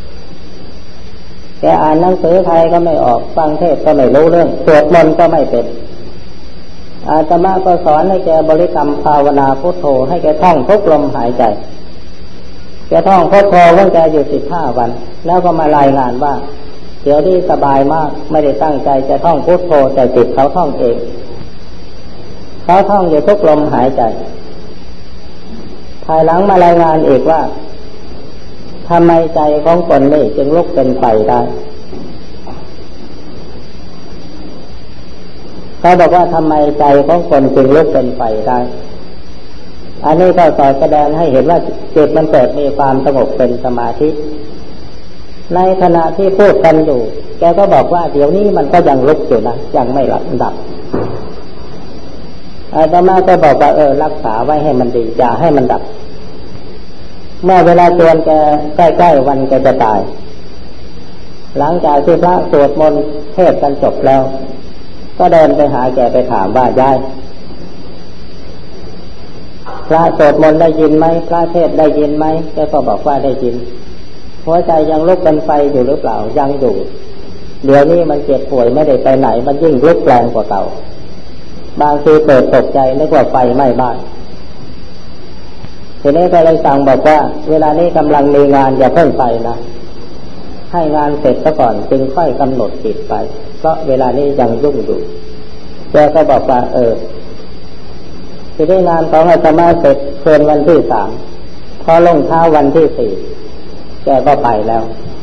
แกอ่านหนังสือไทยก็ไม่ออกฟังเทศก็ไม่รู้เรื่องสวดมนต์ก็ไม่เป็นอาตมาก็สอนให้แกบริกรรมภาวนาพุทโธให้แกท่องทุกลมหายใจแกท่องพุทโธของแกอยู่15 วันแล้วก็มารายงานว่าเดี๋ยวนี้สบายมากไม่ได้ตั้งใจจะท่องพุทโธแต่จิตเขาท่องเองเขาท่องอยู่ทุกลมหายใจภายหลังมารายงานอีกว่าทำไมใจของคนนี้จึงลุกเป็นไฟได้เขาบอกว่าทำไมใจของคนจึงลุกเป็นไฟได้อันนี้ก็สอนแสดงให้เห็นว่าจิตมันเกิดมีความสงบเป็นสมาธิในขณะที่พูดกันอยู่แกก็บอกว่าเดี๋ยวนี้มันก็ยังลุกอยู่นะยังไม่ดับอาตมาก็บอกว่ารักษาไว้ให้มันดีอย่าให้มันดับเมื่อเวลาจวนแกใกล้ๆวันแกจะตายหลังจากที่พระสวดมนต์เทศน์กันจบแล้วก็เดินไปหาแกไปถามว่ายายพระสวดมนต์ได้ยินไหมพระเทศน์ได้ยินไหมแกก็บอกว่าได้ยินหัวใจยังลุกเป็นไฟอยู่หรือเปล่ายังอยู่เดี๋ยวนี้มันเจ็บป่วยไม่ได้ไปไหนมันยิ่งลุกแรงกว่าเก่าบางทีเกิดตกใจนึกว่าไฟไหม้บ้าน แกทีนี้ก็เลยสั่งบอกว่าเวลานี้กำลังมีงานอย่าเพิ่งไปนะให้งานเสร็จซะก่อนจึงค่อยกำหนดจิตไปเพราะเวลานี้ยังยุ่งอยู่แกก็บอกว่าทีนี้งานของอาตมาเสร็จเกินวันที่3พอลงเช้าวันที่4แกก็ไปแล้ว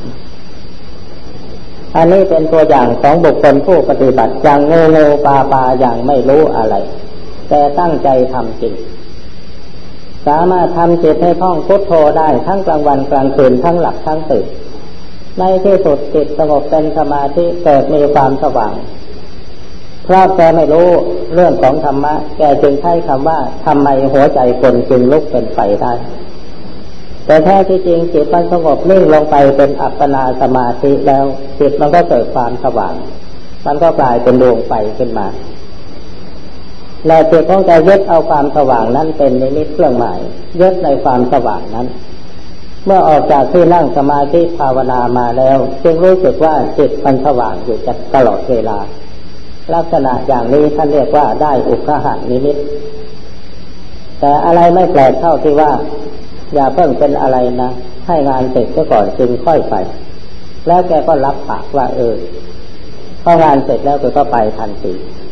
อันนี้เป็นตัวอย่างของบุคคลผู้ปฏิบัติอย่างโง่ๆปาๆอย่างไม่รู้อะไรแต่ตั้งใจทำจริงสามารถทำจิตให้ท่องพุทโธได้ทั้งกลางวันกลางคืนทั้งหลับทั้งตื่นในที่สุดจิตสงบเป็นสมาธิเกิดมีความสว่างเพราะแกไม่รู้เรื่องของธรรมะแกจึงใช้คำว่าทำไมหัวใจคนจึงลุกเป็นไฟได้แต่แท้ที่จริงจิตมันสงบนิ่งลงไปเป็นอัปปนาสมาธิแล้วจิตมันก็เกิดความสว่างมันก็กลายเป็นดวงไฟขึ้นมาและจิตของใจยึดเอาความสว่างนั้นเป็นนิมิตเครื่องหมายยึดในความสว่างนั้นเมื่อออกจากที่นั่งสมาธิภาวนามาแล้วจึงรู้สึกว่าจิตมันสว่างอยู่ตลอดเวลาลักษณะอย่างนี้ท่านเรียกว่าได้อุคหนิมิตแต่อะไรไม่แปลกเท่าที่ว่าอย่าเพิ่งเป็นอะไรนะให้งานเสร็จซะก่อนจึงค่อยไปแล้วแกก็รับปากว่าพองานเสร็จแล้วก็ไปทันที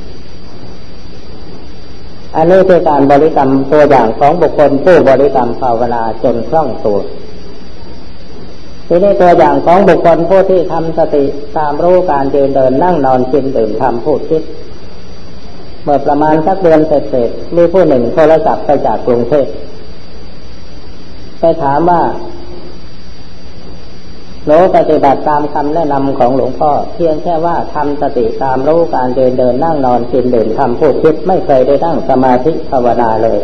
อันนี้คือการบริกรรมตัวอย่างของบุคคลผู้บริกรรมภาวนาจนคล่องตัวทีนี้ตัวอย่างของบุคคลผู้ที่ทำสติตามรู้การยืนเดินนั่งนอนกินดื่มทำพูดคิดเมื่อประมาณสักเดือนเศษๆมีผู้หนึ่งโทรศัพท์ไปจากกรุงเทพไปถามว่าหนูปฏิบัติตามคำแนะนำของหลวงพ่อเพียงแค่ว่าทำสติตามรู้การเดินนั่งนอนกินดื่มทำพูดคิดไม่เคยได้นั่งสมาธิภาวนาเลย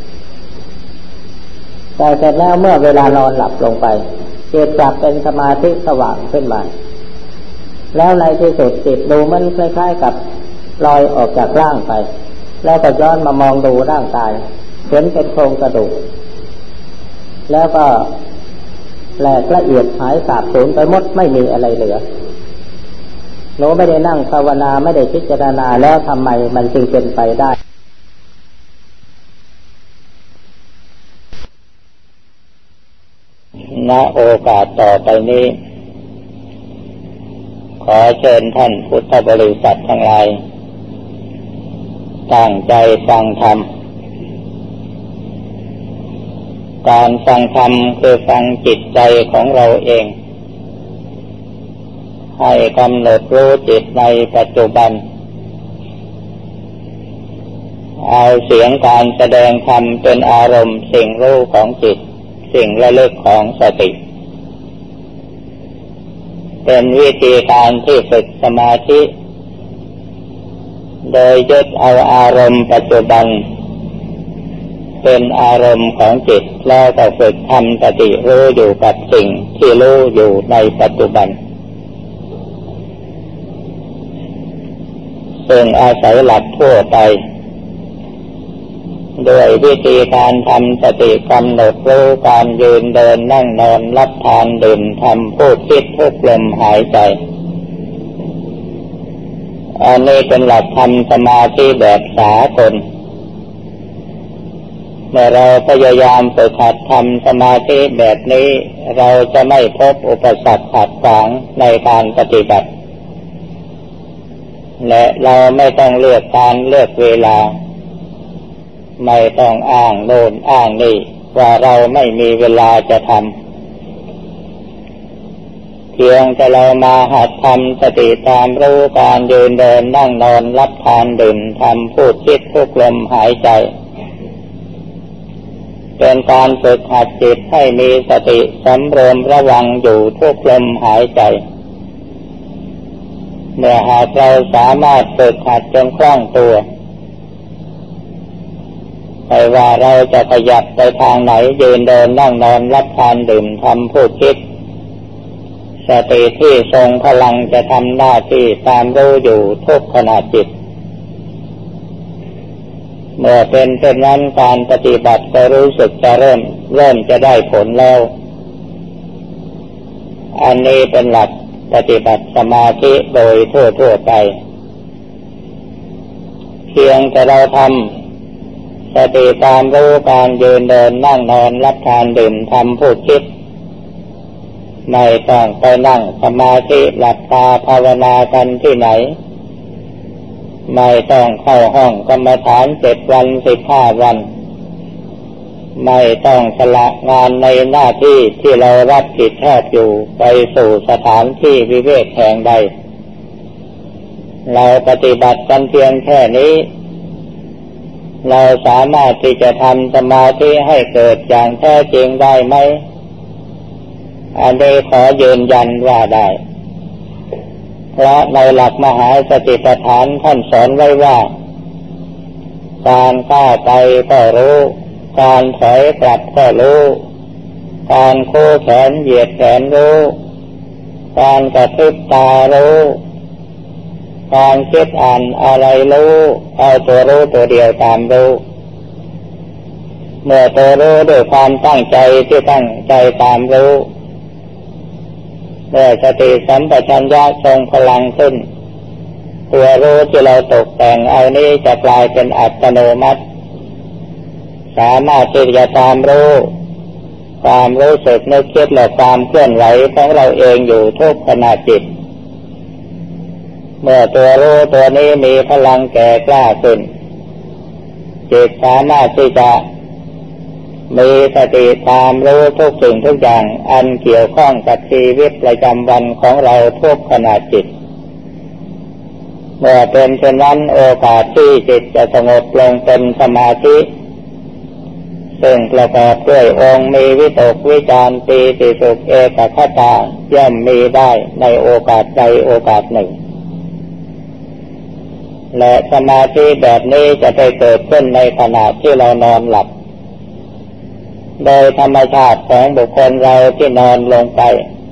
แต่เสร็จแล้วเมื่อเวลานอนหลับลงไปจิตกลับเป็นสมาธิสว่างขึ้นมาแล้วในที่สุดจิตดูมันคล้ายๆกับลอยออกจากร่างไปแล้วก็ย้อนมามองดูร่างกายเห็นเป็นโครงกระดูกแล้วก็แหลกละเอียดหายสาบสูญไปหมดไม่มีอะไรเหลือหนูไม่ได้นั่งภาวนาไม่ได้พิจารณาแล้วทำไมมันจึงเป็นไปได้ณโอกาสต่อไปนี้ขอเชิญท่านพุทธบริษัททั้งหลายตั้งใจฟังธรรมการฟังธรรมคือฟังจิตใจของเราเองให้กำหนดรู้จิตในปัจจุบันเอาเสียงการแสดงธรรมเป็นอารมณ์สิ่งรู้ของจิตสิ่งระลึกของสติเป็นวิธีการที่ฝึกสมาธิโดยยึดเอาอารมณ์ปัจจุบันเป็นอารมณ์ของจิตแล้วก็ฝึกทำสติรู้อยู่กับสิ่งที่รู้อยู่ในปัจจุบันซึ่งอาศัยหลักทั่วไปโดยวิธีการทำสติกำหนดรู้การยืนเดินนั่งนอนรับทานดื่มทำพูดคิดทุกลมหายใจอันนี้เป็นหลักทำสมาธิแบบสากลเมื่อเราพยายามฝึกหัดทำสมาธิแบบนี้เราจะไม่พบอุปสรรคขัดขวางในการปฏิบัติและเราไม่ต้องเลือกการเลือกเวลาไม่ต้องอ้างโน่นอ้างนี่ว่าเราไม่มีเวลาจะทำเพียงแต่เรามาหัดทำสติตามรู้การยืนเดินนั่งนอนรับทานดื่มทำพูดคิดทุกลมหายใจเป็นการฝึกหัดจิตให้มีสติสำรวมระวังอยู่ทุกลมหายใจเมื่อหากเราสามารถฝึกหัดจนคล่องตัวไม่ว่าเราจะขยับไปทางไหนยืนเดินนั่งนอนรับทานดื่มทำพูดคิดสติที่ทรงพลังจะทำหน้าที่ตามรู้อยู่ทุกขณะจิตเมื่อเป็นเช่นนั้นการปฏิบัติก็รู้สึกจะเริ่มจะได้ผลแล้วอันนี้เป็นหลักปฏิบัติสมาธิโดยทั่วไปเพียงแต่เราทำสติตามรู้การยืนเดินนั่งนอนรับทานดื่มทำพูดคิดไม่ต้องไปนั่งสมาธิหลับตาภาวนากันที่ไหนไม่ต้องเข้าห้องกรรมฐาน7 วัน15 วันไม่ต้องสละงานในหน้าที่ที่เรารับผิดชอบอยู่ไปสู่สถานที่วิเวกแห่งใดเราปฏิบัติกันเพียงแค่นี้เราสามารถที่จะทำสมาธิให้เกิดอย่างแท้จริงได้ไหมอันนี้ขอยืนยันว่าได้เพราะในหลักมหาสติปัฏฐานท่านสอนไว้ว่าการก้าวไปก็รู้การถอยกลับก็รู้การโค้งแขนเหยียดแขนรู้การกระพริบตารู้การคิดอ่านอะไรรู้เอาตัวรู้ตัวเดียวตามรู้เมื่อตัวรู้ด้วยความตั้งใจที่ตั้งใจตามรู้เมื่อสติสัมปชัญญะทรงพลังขึ้นตัวรู้ที่เราตกแต่งเอานี้จะกลายเป็นอัตโนมัติสามารถที่จะตามรู้ความรู้สึกนึกคิดและความเคลื่อนไหวของเราเองอยู่ทุกขณะจิตเมื่อตัวรู้ตัวนี้มีพลังแก่กล้าขึ้นจิตสามารถที่จะมีสติตามรู้ทุกสิ่งทุกอย่างอันเกี่ยวข้องกับชีวิตประจำวันของเราทุกขณะจิตเมื่อเป็นเช่นนั้นโอกาสที่จิตจะสงบลงเป็นสมาธิซึ่งประกอบด้วยองค์มีวิตกวิจารปีติสุขเอกคตาย่อมมีได้ในโอกาสใดโอกาสหนึ่งและสมาธิแบบนี้จะได้เกิดขึ้นในขณะที่เรานอนหลับโดยธรรมชาติของบุคคลเราที่นอนลงไป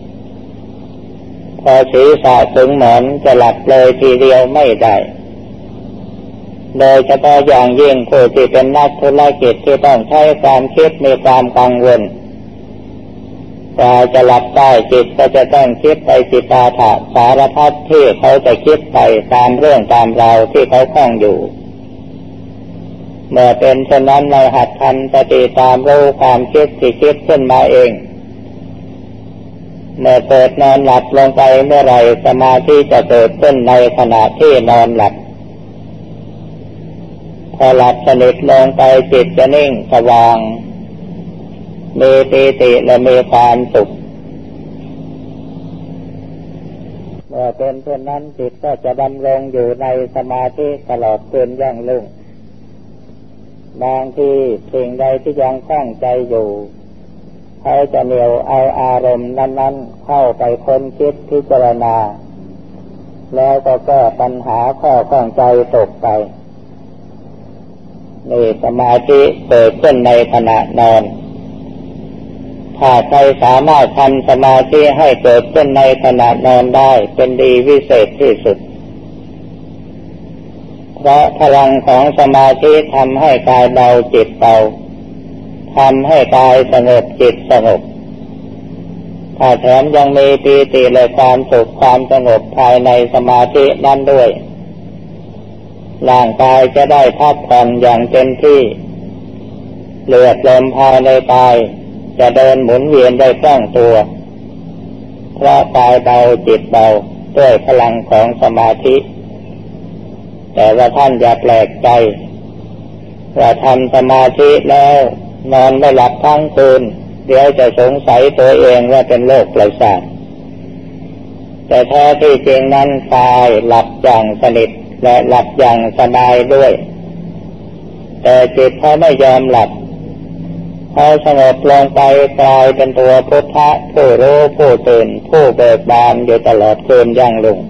พอศีรษะถึงหมอนจะหลับเลยทีเดียวไม่ได้โดยเฉพาะอย่างยิ่งผู้ที่เป็นนักธุรกิจที่ต้องใช้ความคิดมีความกังวลกว่าจะหลับได้จิตก็จะต้องคิดไปจิปาถะสารพัดที่เขาจะคิดไปตามเรื่องตามราวที่เขาคล้องอยู่เมื่อเป็นเช่นนั้นเราหัดทำสติตามรู้ความคิดที่คิดขึ้นมาเองเมื่อเกิดนอนหลับลงไปเมื่อไรสมาธิจะเกิดขึ้นในขณะที่นอนหลับพอหลับสนิทลงไปจิตจะนิ่งสว่างมีปีติและมีความสุขเมื่อเป็นเช่นนั้นจิตก็จะดำรงอยู่ในสมาธิตลอดคืนยั่งลุ่งบางทีสิ่งใดที่ยังคล้องใจอยู่เขาจะเหนี่ยวเอาอารมณ์นั้นๆเข้าไปค้นคิดพิจารณาแล้วก็แก้ปัญหาข้อข้องใจตกไปนี่สมาธิเกิดขึ้นในขณะนอนถ้าใครสามารถทำสมาธิให้เกิดขึ้นในขณะนอนได้เป็นดีวิเศษที่สุดเพราะพลังของสมาธิทำให้กายเบาจิตเบาทำให้กายสงบจิตสงบถ้าแถมยังมีปีติและความสุขความสงบภายในสมาธินั้นด้วยร่างกายจะได้พักผ่อนอย่างเต็มที่เลือดลมภายในกายจะเดินหมุนเวียนได้คล่องตัวเพราะกายเบาจิตเบาด้วยพลังของสมาธิแต่ว่าท่านอย่าแปลกใจว่าทำสมาธิแล้วนอนไม่หลับทั้งคืนเดี๋ยวจะสงสัยตัวเองว่าเป็นโรคประสาทแต่แท้ที่จริงนั้นกายหลับอย่างสนิทและหลับอย่างสบายด้วยแต่จิตเขาไม่ยอมหลับพอสงบลงไปกลายเป็นตัวพุทธะผู้รู้ผู้ตื่นผู้เบิกบานอยู่ตลอดคืนยั่งลุ่ง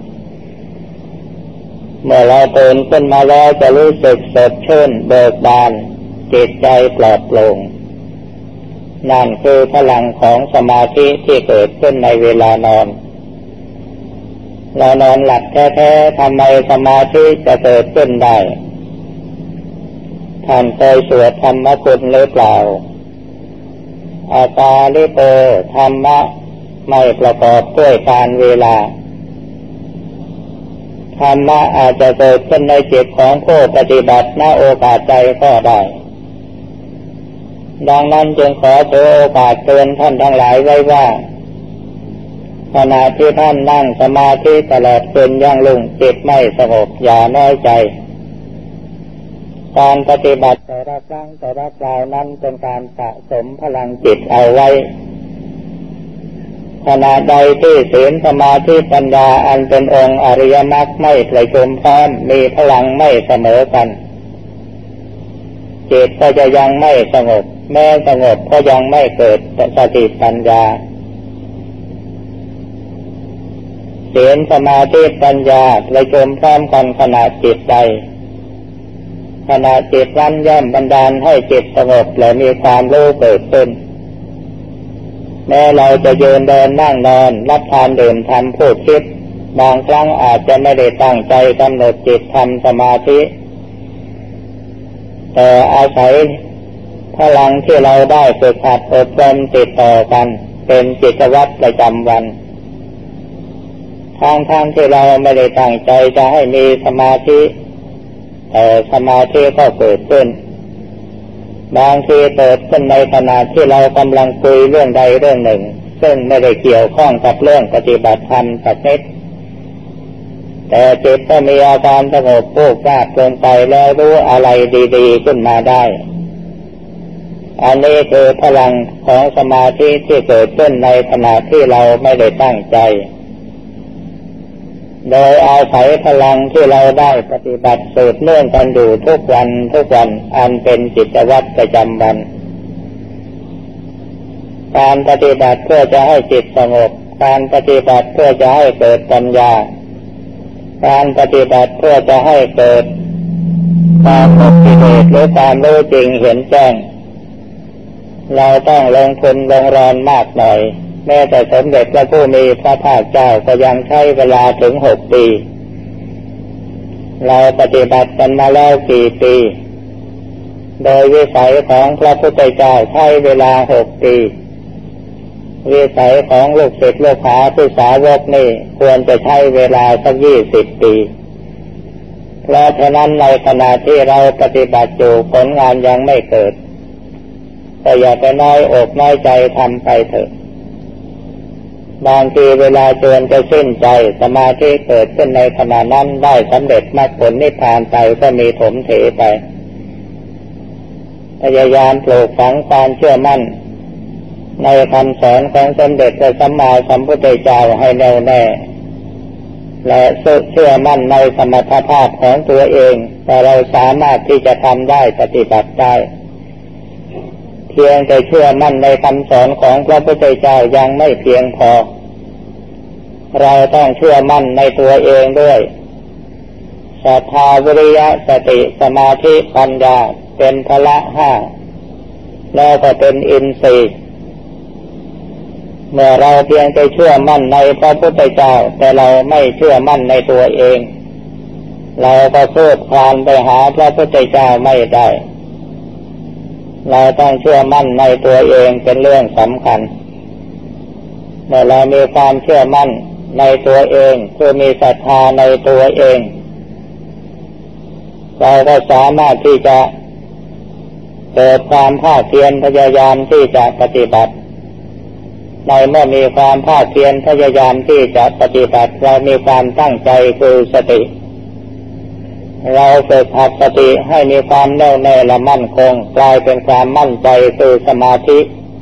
เมื่อเราตื่นขึ้นมาแล้วจะรู้สึกสดชื่นเบิกบานจิตใจปลอดโปร่งนั่นคือพลังของสมาธิที่เกิดขึ้นในเวลานอนเรานอนหลับแท้ๆทำไมสมาธิจะเกิดขึ้นได้ท่านเคยสวดธรรมคุณหรือเปล่าอากาลิโกธรรมะไม่ประกอบด้วยการเวลาธรรมะอาจจะเกิดขึ้นในจิตของผู้ปฏิบัติณโอกาสใดก็ได้ดังนั้นจึงขอถือโอกาสเตือนท่านทั้งหลายไว้ว่าขณะที่ท่านนั่งสมาธิตลอดคืนยังลุ่งจิตไม่สงบอย่าน้อยใจการปฏิบัติแต่ละครั้งแต่ละคราวนั้นเป็นการสะสมพลังจิตเอาไว้ขณะใดที่ศีลสมาธิปัญญาอันเป็นองค์อริยมรรคไม่ประชุมพร้อมมีพลังไม่เสมอกันจิตก็จะยังไม่สงบแม้สงบก็ยังไม่เกิดสติปัญญาศีลสมาธิปัญญาประชุมพร้อมกันขณะจิตใดขณะจิตนั้นย่อมบันดาลให้จิตสงบและมีความรู้เกิดขึ้นแม้เราจะยืนเดินนั่งนอนรับทานดื่มทำพูดคิดบางครั้งอาจจะไม่ได้ตั้งใจกำหนดจิตทำสมาธิแต่อาศัยพลังที่เราได้ฝึกหัดอบรมติดต่อกันเป็นกิจวัตรประจำวันทางที่เราไม่ได้ตั้งใจจะให้มีสมาธิแต่สมาธิก็เกิดขึ้นบางทีเกิดขึ้นในขณะที่เรากำลังคุยเรื่องใดเรื่องหนึ่งซึ่งไม่ได้เกี่ยวข้องกับเรื่องปฏิบัติธรรมสักนิดแต่จิตก็มีอาการสงบวูบวาบลงไปแล้วรู้อะไรดีๆขึ้นมาได้อันนี้คือพลังของสมาธิที่เกิดขึ้นในขณะที่เราไม่ได้ตั้งใจโดยอาศัยพลังที่เราได้ปฏิบัติสืบเนื่องกันอยู่ทุกวันอันเป็นกิจวัตรประจำวันการปฏิบัติเพื่อจะให้จิตสงบการปฏิบัติเพื่อจะให้เกิดปัญญาการปฏิบัติเพื่อจะให้เกิดความหมดกิเลสหรือความรู้จริงเห็นแจ้งเราต้องลงทุนลงแรงมากหน่อยแม้แต่สมเด็จพระผู้มีพระภาคเจ้าก็ยังใช้เวลาถึง6 ปีเราปฏิบัติกันมาแล้วกี่ปีโดยวิสัยของพระพุทธเจ้าใช้เวลา6 ปีวิสัยของลูกศิษย์ลูกหาผู้สาวกนี่ควรจะใช้เวลาสัก20 ปีเพราะฉะนั้นในขณะที่เราปฏิบัติอยู่ผลงานยังไม่เกิดก็อย่าไปน้อยอกน้อยใจทำไปเถอะบางทีเวลาจวนจะสิ้นใจสมาธิเกิดขึ้นในขณะนั้นได้สำเร็จมรรคผลนิพพานไปก็มีถมเถไปพยายามปลูกฝังความเชื่อมั่นในคำสอนของสมเด็จพระสัมมาสัมพุทธเจ้าให้แน่วแน่และเชื่อมั่นในสมรรถภาพของตัวเองแต่เราสามารถที่จะทำได้ปฏิบัติได้เพียงแต่เชื่อมั่นในคำสอนของพระพุทธเจ้ายังไม่เพียงพอเราต้องเชื่อมั่นในตัวเองด้วยศรัทธาวิริยะสติสมาธิปัญญาเป็นพละ5แล้วก็เป็นอินทรีย์เมื่อเราเพียงแต่เชื่อมั่นในพระพุทธเจ้าแต่เราไม่เชื่อมั่นในตัวเองเราก็สู้คลานไปหาพระพุทธเจ้าไม่ได้เราต้องเชื่อมั่นในตัวเองเป็นเรื่องสำคัญเมื่อเรามีความเชื่อมั่นในตัวเองคือมีศรัทธาในตัวเองเราก็สามารถที่จะเกิดความภาคเพียรพยายามที่จะปฏิบัติในเมื่อมีความภาคเพียรพยายามที่จะปฏิบัติเรามีความตั้งใจคือสติเราฝึกหัดสติให้มีความแน่วแน่และมั่นคงกลายเป็นความมั่นใจคือสมาธิ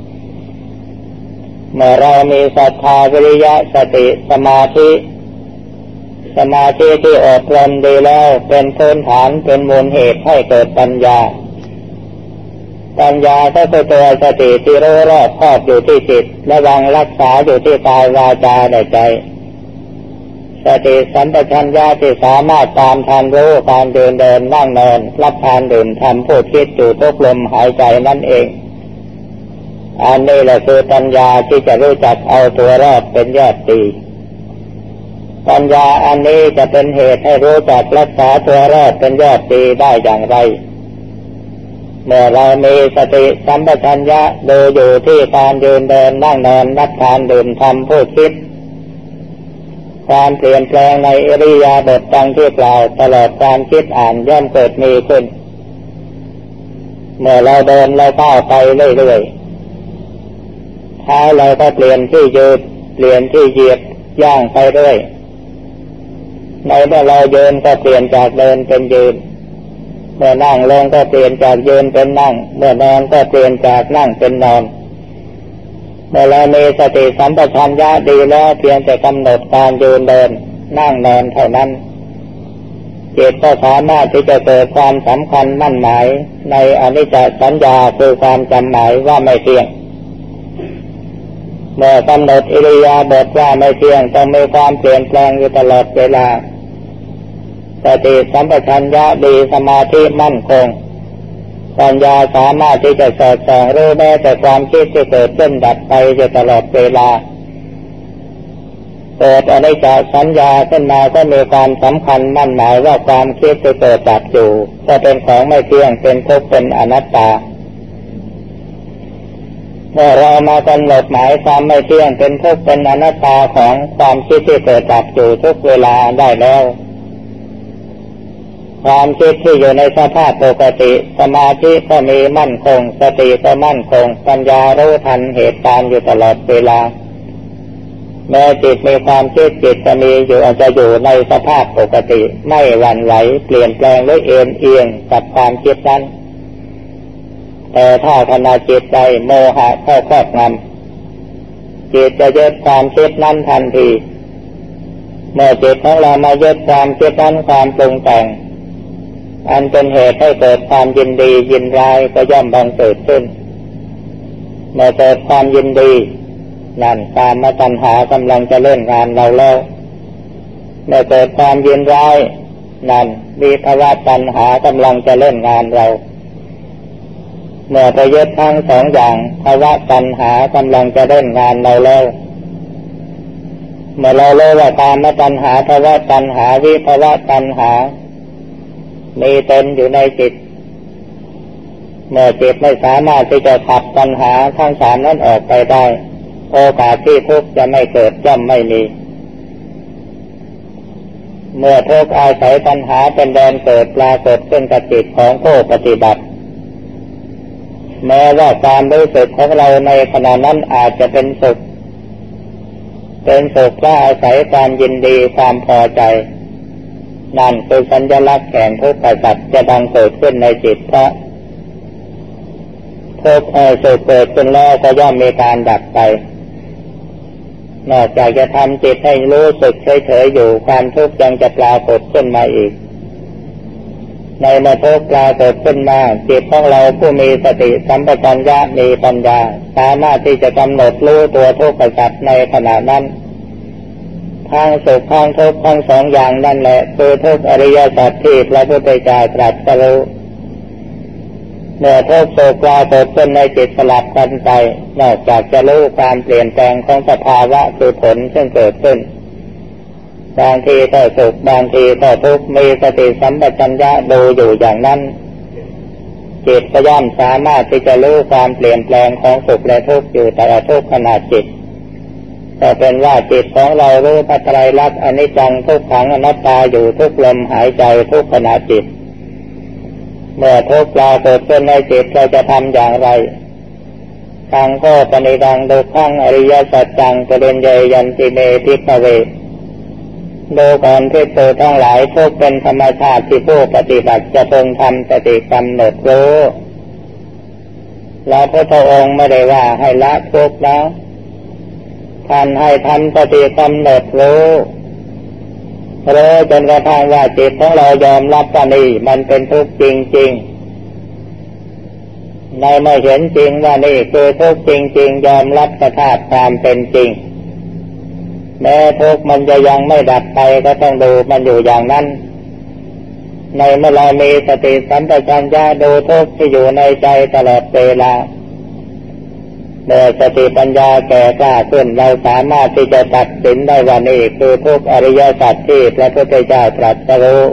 เมื่อเรามีศรัทธาวิริยะสติสมาธิที่อบรมดีแล้วเป็นพื้นฐานเป็นมูลเหตุให้เกิดปัญญาก็คือตัวสติที่รู้รอบครอบอยู่ที่จิตระวังรักษาอยู่ที่กายวาจาและใจสติสัมปชัญญะที่สามารถตามทันรู้การเดินนั่งนอนรับทานดื่มทำพูดคิดอยู่ทุกลมหายใจนั่นเองอันนี้แหละคือปัญญาที่จะรู้จักเอาตัวรอดเป็นยอดดีปัญญาอันนี้จะเป็นเหตุให้รู้จักรักษาตัวรอดเป็นยอดดีได้อย่างไรเมื่อเรามีสติสัมปชัญญะดูอยู่ที่การเดินนั่งนอนรับทานดื่มทำพูดคิดความเปลี่ยนแปลงในอิริยาบถดังที่กล่าวตลอดการคิดอ่านย่อมเกิดมีขึ้นเมื่อเราเดินเราก้าวไปเรื่อยๆเท้าเราก็เปลี่ยนที่ยืนเปลี่ยนที่เหยียบย่างไปเรื่อยในเมื่อเราเดินก็เปลี่ยนจากเดินเป็นยืนเมื่อนั่งลงก็เปลี่ยนจากยืนเป็นนั่งเมื่อนอนก็เปลี่ยนจากนั่งเป็นนอนเมื่อเรามีสติสัมปชัญญะดีแล้วเพียงแต่กำหนดการยืนเดินนั่งนอนเท่านั้นจิตก็สามารถที่จะเกิดความสำคัญมั่นหมายในอนิจจสัญญาคือความจำหมายว่าไม่เที่ยงเมื่อกำหนดอิริยาบถว่าไม่เที่ยงต้องมีความเปลี่ยนแปลงอยู่ตลอดเวลาสติสัมปชัญญะดีสมาธิมั่นคงปัญญาสามารถที่จะสอดส่องรู้แม้แต่ความคิดที่เกิดขึ้นดับไปอยู่ตลอดเวลาเกิดอนิจจสัญญาขึ้นมาก็มีความสำคัญมั่นหมายว่าความคิดที่เกิดดับอยู่ก็เป็นของไม่เที่ยงเป็นทุกข์เป็นอนัตตาเมื่อเรามากำหนดหมายความไม่เที่ยงเป็นทุกข์เป็นอนัตตาของความคิดที่เกิดดับอยู่ทุกเวลาได้แล้วความคิดที่อยู่ในสภาพปกติสมาธิก็มีมั่นคงสติก็มั่นคงปัญญารู้ทันเหตุการณ์อยู่ตลอดเวลาแม้จิตมีความคิดจิตจะมีอยู่อาจจะอยู่ในสภาพปกติไม่หวั่นไหวเปลี่ยนแปลงหรือเอ็นเอียงกับความคิดนั้นแต่ถ้าขณะจิตใจโมหะเข้าครอบงำจิตจะยึดความคิดนั้นทันทีเมื่อจิตของเรามายึดความคิดนั้นความปรุงแต่งอันเป็นเหตุให้เกิดความยินดียินร้ายก็ย่อมบังเกิดขึ้นเมื่อเกิดความยินดีนั่นกามตัณหากำลังจะเล่นงานเราแล้วเมื่อเกิดความยินร้ายนั่นวิภวตัณหากำลังจะเล่นงานเราเมื่อไปยึดทั้งสองอย่างภวตัณหากำลังจะเล่นงานเราแล้วเมื่อเรารู้ว่ากามตัณหาภวตัณหาวิภวตัณหามีเต็มอยู่ในจิตเมื่อจิตไม่สามารถที่จะขับตัณหาทั้งสามนั้นออกไปได้โอกาสที่ทุกข์จะไม่เกิดย่อมไม่มีเมื่อทุกข์อาศัยตัณหาเป็นแดนเกิดปรากฏขึ้นกับจิตของผู้ปฏิบัติแม้ว่าความรู้สึกของเราในขณะนั้นอาจจะเป็นสุขเพราะอาศัยความยินดีความพอใจนั่นคือสัญลักษณ์แห่งทุกข์สัจจะบังเกิดขึ้นในจิตเพราะทุกข์สุขเกิดขึ้นแล้วก็ย่อมมีการดับไปนอกจากจะทำจิตให้รู้สึกเฉยๆอยู่ความทุกข์ยังจะปรากฏขึ้นมาอีกในเมื่อทุกข์ปรากฏขึ้นมาจิตของเราผู้มีสติสัมปชัญญะมีปัญญาสามารถที่จะกำหนดรู้ตัวทุกข์สัจในขณะนั้นทั้งสุขทั้งทุกข์ทั้งสองอย่างนั่นแหละคือทุกข์อริยสัจที่พระพุทธเจ้าตรัสรู้เมื่อทุกข์สุขปรากฏขึ้นในจิตสลับกันไปนอกจากจะรู้การเปลี่ยนแปลงของสภาวะคือผลซึ่งเกิดขึ้นบางทีก็สุขบางทีก็ทุกข์มีสติสัมปชัญญะดูอยู่อย่างนั้นจิตก็ย่อมสามารถที่จะรู้ความเปลี่ยนแปลงของสุขและทุกข์อยู่แต่ละทุกขณะจิตแต่เป็นว่าจิตของเรารู้พระไตรลักษณ์อนิจจังทุกขังอนัตตาอยู่ทุกลมหายใจทุกขณะจิตเมื่อทุกข์ปรากฏขึ้นในจิตเราจะทำอย่างไรขังโฆปนิดังดุขังอริยสัจจังปริญเยยันติเมภิกขเวดูก่อนภิกษุทั้งหลายทุกข์เป็นธรรมชาติที่ผู้ปฏิบัติจะพึงทำสติกำหนดรู้แล้วพระองค์ไม่ได้ว่าให้ละทุกข์นะท่านให้ทำสติกำหนดรู้จนกระทั่งว่าจิตของเรายอมรับว่านี่มันเป็นทุกข์จริงๆในเมื่อเห็นจริงว่านี่คือทุกข์จริงๆยอมรับสภาพความเป็นจริงแม้ทุกข์มันจะยังไม่ดับไปก็ต้องดูมันอยู่อย่างนั้นในเมื่อเรามีสติสัมปชัญญะดูทุกข์ที่อยู่ในใจตลอดเวลาเมื่อสติปัญญาแก่กล้าขึ้นเราสามารถที่จะตัดสินได้ว่านี่คือทุกข์อริยสัจที่พระพุทธเจ้าตรัสรู้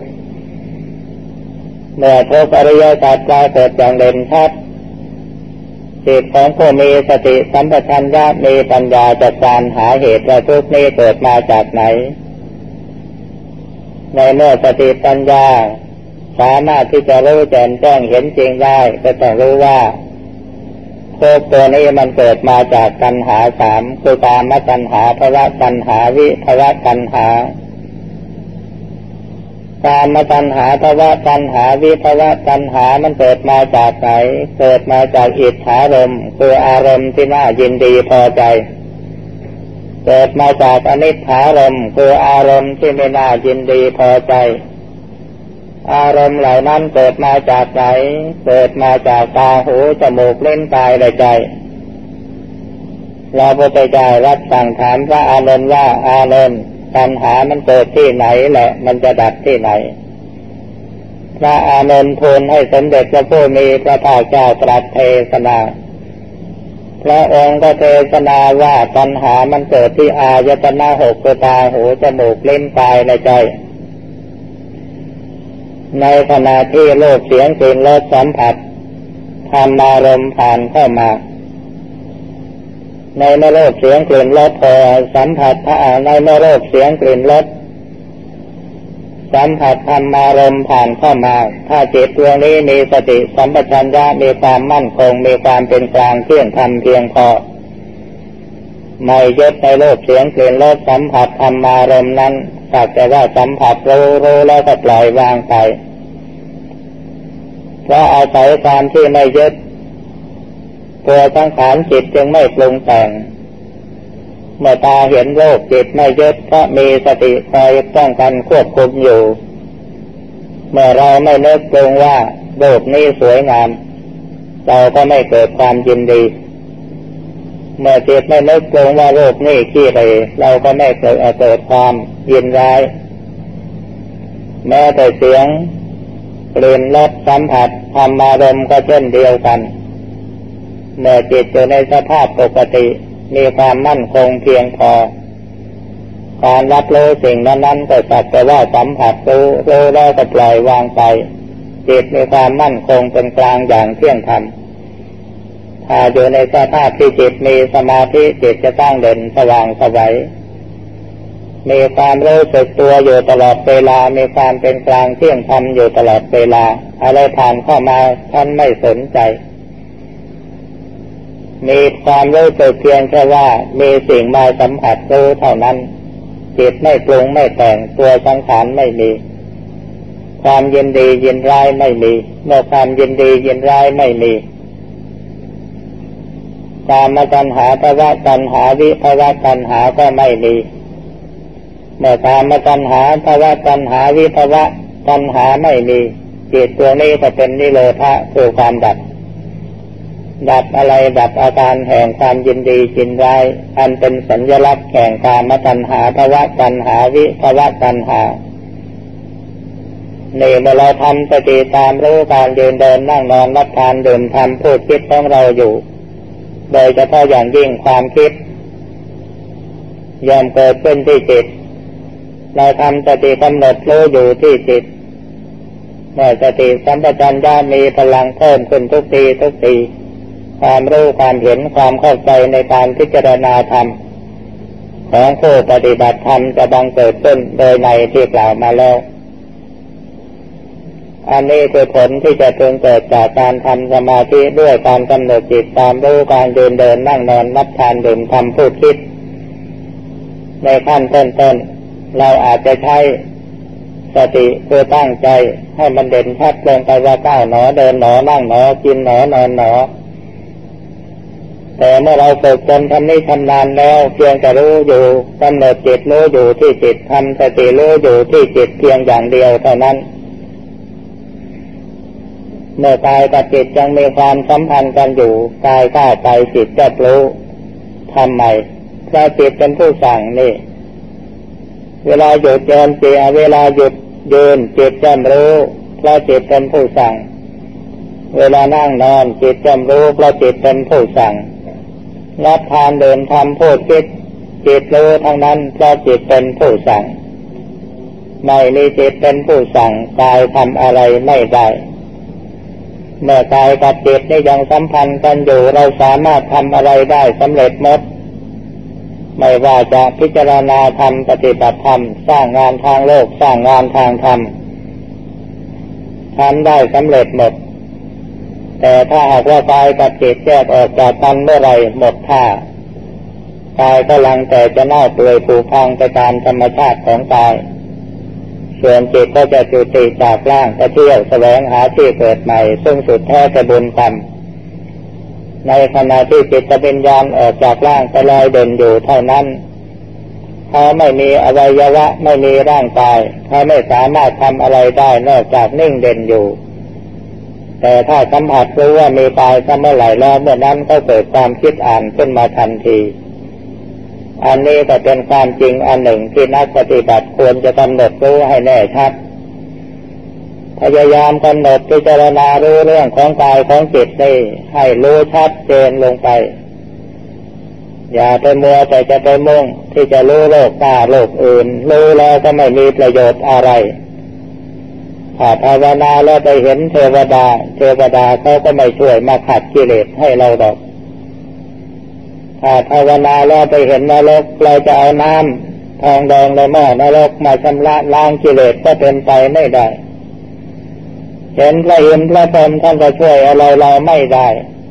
เมื่อทุกข์อริยสัจปรากฏอย่างเด่นชัดจิตของผู้มีสติสัมปชัญญะมีปัญญาจัดการหาเหตุว่าทุกข์นี้เกิดมาจากไหนในเมื่อสติปัญญาฉสามารถที่จะรู้แจ่มแจ้งเห็นจริงได้ก็ต้องรู้ว่าภพตัวนี้มันเกิดมาจากตัณหาสามคือกามตัณหาภวตัณหาวิภวตัณหากามตัณหาภวตัณหาวิภวตัณหามันเกิดมาจากไหนเกิดมาจากอิทธารมณ์คืออารมณ์ที่น่ายินดีพอใจเกิดมาจากอนิจฐารมณ์คืออารมณ์ที่ไม่น่ายินดีพอใจอารมณ์เหล่านั้นเกิดมาจากไหนเกิดมาจากตาหูจมูกลิ้นกายและใจเราพระพุทธเจ้ารับสั่งถามพระอานนท์ว่าอานนท์ตัณหามันเกิดที่ไหนแหละมันจะดับที่ไหนพระอานนท์ทูลให้สมเด็จพระผู้มีพระภาคเจ้าตรัสเทศนาพระองค์ก็เทศนาว่าตัณหามันเกิดที่อายตนะหกคือตาหูจมูกลิ้นกายและใจในขณะที่รูปเสียงกลิ่นรสสัมผัสธรรมารมณ์ผ่านเข้ามาในเมื่อรูปเสียงกลิ่นรสพอสัมผัสในเมื่อรูปเสียงกลิ่นรสสัมผัสธรรมารมณ์ผ่านเข้ามาถ้าจิตดวงนี้มีสติสัมปชัญญะมีความมั่นคงมีความเป็นกลางเที่ยงธรรมเพียงพอไม่ยึดในรูปเสียงกลิ่นรสสัมผัสธรรมารมณ์นั้นสักแต่ว่าสัมผัสรู้แล้วก็ปล่อยวางไปเพราะอาศัยความที่ไม่ยึดตัวสังขารจิตจึงไม่ปรุงแต่งเมื่อตาเห็นรูปจิตไม่ยึดเพราะมีสติคอยป้องกันควบคุมอยู่เมื่อเราไม่นึกปรุงว่ารูปนี้สวยงามเราก็ไม่เกิดความยินดีเมื่อจิตไม่นึกปรุงว่ารูปนี้ขี้เหร่เราก็ไม่เกิดความยินร้ายแม้แต่เสียงกลิ่นรสสัมผัสธรรมารมณ์ก็เช่นเดียวกันเมื่อจิตอยู่ในสภาพปกติมีความมั่นคงเพียงพอการรับรู้สิ่งนั้นก็สักแต่ว่าสัมผัสรู้แล้วก็ปล่อยวางไปจิตมีความมั่นคงเป็นกลางอย่างเที่ยงธรรมถ้าอยู่ในสภาพที่จิตมีสมาธิจิตจะตั้งเด่นสว่างไสวมีความรู้สึกตัวอยู่ตลอดเวลามีความเป็นกลางเที่ยงธรรมอยู่ตลอดเวลาอะไรผ่านเข้ามาท่านไม่สนใจมีความรู้สึกเพียงแค่ว่ามีสิ่งมาสัมผัสรู้เท่านั้นจิตไม่ปรุงไม่แต่งตัวสังขารไม่มีความยินดียินร้ายไม่มีเมื่อความยินดียินร้ายไม่มีกามตัณหาภวตัณหาวิภวตัณหาก็ไม่มีเมื่อกามตัณหาภวตัณหาวิภวตัณหาไม่มีจิตตัวนี้ก็เป็นนิโรธะคือความดับอะไรดับอาการแห่งความยินดียินร้ายอันเป็นสัญลักษณ์แห่งกามตัณหาภวตัณหาวิภวตัณหานี่เมื่อเราทำสติตามรู้การยืนเดินนั่งนอนรับทานดื่มทำพูดคิดของเราอยู่โดยเฉพาะอย่างยิ่งความคิดย่อมเกิดขึ้นที่จิตเราทำสติกำหนดรู้อยู่ที่จิตเมื่อสติสัมปชัญญะมีพลังเพิ่มขึ้นทุกทีความรู้ความเห็นความเข้าใจในการพิจารณาธรรมของผู้ปฏิบัติธรรมจะบังเกิดขึ้นโดยในที่กล่าวมาแล้วอันนี้คือผลที่จะพึงเกิดจากการทำสมาธิด้วยการกำหนดจิตตามรู้การเดินนั่งนอนรับทานดื่มทำพูดคิดในขั้นต้นเราอาจจะใช้สติคือตั้งใจให้มันเด่นชัดลงไปว่าก้าวหนอเดินหนอนั่งหนอกินหนอนอนหนอแต่เมื่อเราฝึกจนชำนิชำนาญแล้วเพียงแต่รู้อยู่กำหนดจิตรู้อยู่ที่จิตทำสติรู้อยู่ที่จิตเพียงอย่างเดียวเท่านั้นเมื่อกายกับจิตยังมีความสัมพันธ์กันอยู่กายก้าวไปจิตจะรู้ทำไมเพราะจิตเป็นผู้สั่งนี่เวลาหยุดเดินเวลาหยุดยืนจิตจะรู้เพราะจิตเป็นผู้สั่งเวลานั่งนอนจิตจะรู้เพราะจิตเป็นผู้สั่งรับทานเดินทำพูดคิดจิตรู้ทั้งนั้นเพราะจิตเป็นผู้สั่งไม่มีจิตเป็นผู้สั่งกายทำอะไรไม่ได้เมื่อกายกับจิตนี่ยังสัมพันธ์กันอยู่เราสามารถทำอะไรได้สำเร็จหมดไม่ว่าจะพิจารณาธรรมปฏิบัติธรรมสร้างงานทางโลกสร้างงานทางธรรมททำได้สำเร็จหมดแต่ถ้าหากว่ากายกับจิตแยกออกจากกันเมื่อไรหมดท่ากายก็ลังแต่จะเน่าเปื่อยผุพังไปตามธรรมชาติของกายส่วนจิตก็จะจุติจากร่างไปเที่ยวแสวงหาที่เกิดใหม่ซึ่งสุดแท้แต่บุญกรรมในขณะที่จิตวิญญาณออกจากร่างไปลอยเด่นอยู่เท่านั้นเขาไม่มีอวัยวะไม่มีร่างกายเขาไม่สามารถทำอะไรได้นอกจากนิ่งเด่นอยู่แต่ถ้าสัมผัสรู้ว่ามีกายเมื่อไหร่แล้วเมื่อนั้นก็เกิดความคิดอ่านขึ้นมาทันทีอันนี้ก็เป็นความจริงอันหนึ่งที่นักปฏิบัติควรจะกำหนดรู้ให้แน่ชัดพยายามกำหนดพิจารณารู้เรื่องของกายของจิตนี่ให้รู้ชัดเจนลงไปอย่าไปมัวแต่จะไปมุ่งที่จะรู้โลกหน้าโลกอื่นรู้แล้วก็ไม่มีประโยชน์อะไรถ้าภาวนาแล้วไปเห็นเทวดาเขาก็ไม่ช่วยมาขัดกิเลสให้เราดอกถ้าภาวนาแล้วไปเห็นนรกเราจะเอาน้ำทองแดงในหม้อนรกมาชำระล้างกิเลสก็เป็นไปไม่ได้เห็นพระอินทร์พระพรหมท่านก็ช่วยอะไรเราไม่ได้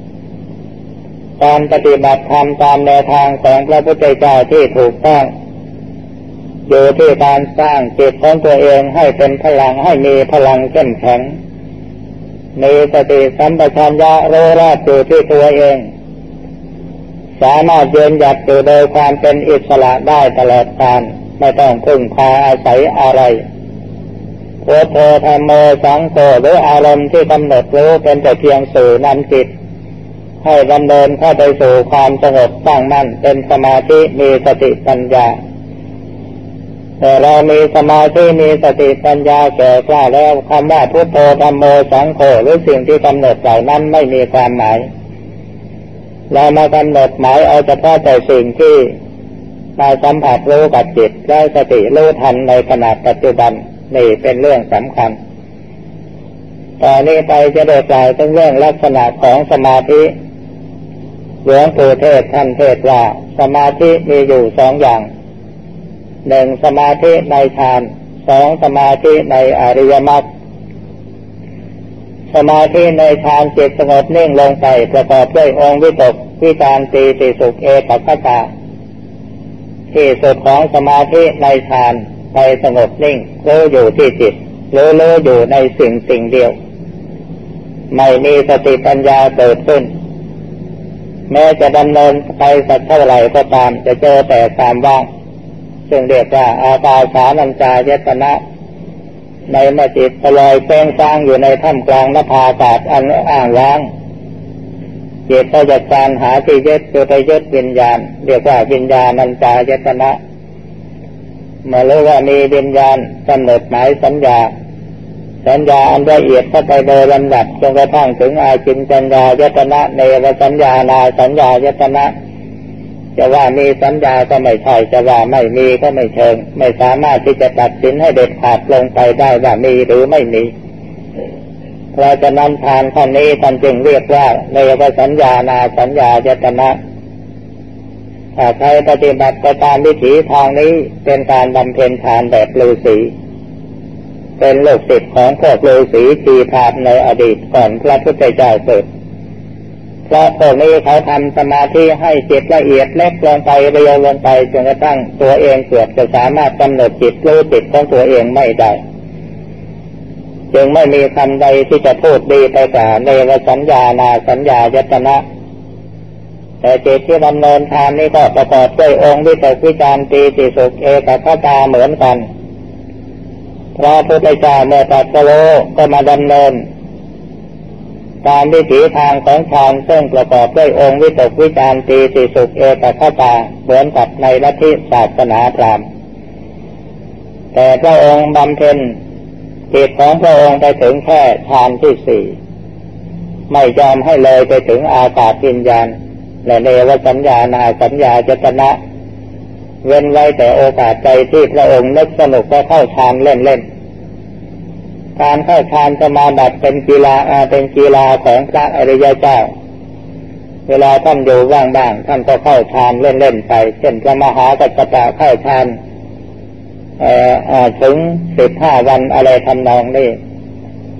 การปฏิบัติธรรมตามแนวทางของพระพุทธเจ้าที่ถูกต้องอยู่ที่การสร้างจิตของตัวเองให้เป็นพลังให้มีพลังเข้มแข็งมีสติสัมปชัญญะรู้รอบอยู่ที่ตัวเองสามารถยืนหยัดอยู่โดยความเป็นอิสระได้ตลอดกาลไม่ต้องพึ่งพาอาศัยอะไรพุทโธธัมโมสังโฆหรืออารมณ์ที่กำหนดรู้เป็นแต่เพียงสื่อนำจิตให้ดำเนินเข้าไปสู่ความสงบตั้งมั่นเป็นสมาธิมีสติปัญญาแต่เรามีสมาธิมีสติปัญญาแก่กล้าแล้วคำว่าพุทโธธัมโมสังโฆหรือสิ่งที่กำหนดเหล่านั้นไม่มีความหมายเรามากำหนดหมายเอาเฉพาะแต่สิ่งที่มาสัมผัสรู้กับจิตและสติรู้ทันในขณะปัจจุบันนี่เป็นเรื่องสำคัญต่อนนี้ไปจะได้กล่าวถึงเรื่องลักษณะของสมาธิหลวงปู่เทศท่านเทศว่าสมาธิมีอยู่สองอย่างหนึ่งสมาธิในฌานสองสมาธิในอริยมรรคสมาธิในฌานจิตสงบนิ่งลงไปประกอบด้วยองค์วิตกวิจารปีติสุขเอกคตาที่สุดของสมาธิในฌานไปสงบนิ่งรู้อยู่ที่จิตรู้อยู่ในสิ่งเดียวไม่มีสติปัญญาเกิดขึ้นแม้จะดำเนินไปสักเท่าไหร่ก็ตามจะเจอแต่ความว่างซึ่งเรียกว่าอากาสานัญจายตนะในเมื่อจิตลอยแป้งสร้างอยู่ในท่ามกลางนภาอากาศอันอ้างว้างจิตก็จะการหาที่ยึดไปยึดวิญญาณเรียกว่าวิญญาณัญจายตนะเมื่อรู้ว่ามีวิญญาณกำหนดหมายสัญญาอันละเอียดเข้าไปโดยลำดับจนกระทั่งถึงอาจินจัญญายตนะเนวสัญญานาสัญญายตนะจะว่ามีสัญญาก็ไม่ใช่จะว่าไม่มีก็ไม่เชิงไม่สามารถที่จะตัดสินให้เด็ดขาดลงไปได้ว่ามีหรือไม่มีเพราะฉะนั้นทานข้อนี้ท่านจึงเรียกว่าเนวสัญญานาสัญญายตนะถ้าใครปฏิบัติไปตามวิถีทางนี้เป็นการบำเพ็ญฌานแบบฤาษีเป็นลูกศิษย์ของพวกฤาษีชีพรามในอดีตก่อนพระพุทธเจ้าเกิดเพราะพวกนี้เขาทำสมาธิให้จิตละเอียดเล็กลงไปเรียวลงไปจนกระทั่งตัวเองเกือบจะสามารถกำหนดจิตรู้จิตของตัวเองไม่ได้จึงไม่มีคำใดที่จะพูดดีไปกว่าเนวสัญญานาสัญญายตนะแต่จิตที่ดำเนินทางนี้ก็ประกอบด้วยองค์วิตกวิจารปีติสุขเอกคตาเหมือนกันพระพุทธเจ้าเมื่อตรัสรู้ก็มาดำเนินตามวิถีทางของฌานซึ่งประกอบด้วยองค์วิตกวิจารปีติสุขเอกคตาเหมือนกับในลัทธิศาสนาพราหมณ์แต่พระองค์บำเพ็ญจิตของพระองค์ไปถึงแค่ฌานที่สี่ไม่ยอมให้เลยไปถึงอากาศวิญญาณและเนวสัญญานาสัญญายตนะเว้นไว้แต่โอกาสใจที่พระองค์นึกสนุกก็เข้าฌานเล่นๆการเข้าฌานสมาบัติเป็นกีฬาของพระอริยเจ้าเวลาท่านอยู่ว่างๆท่านก็เข้าฌานเล่นๆไปเช่นพระมหากัสสปะเข้าฌานถึง15 วันอะไรทำนองนี้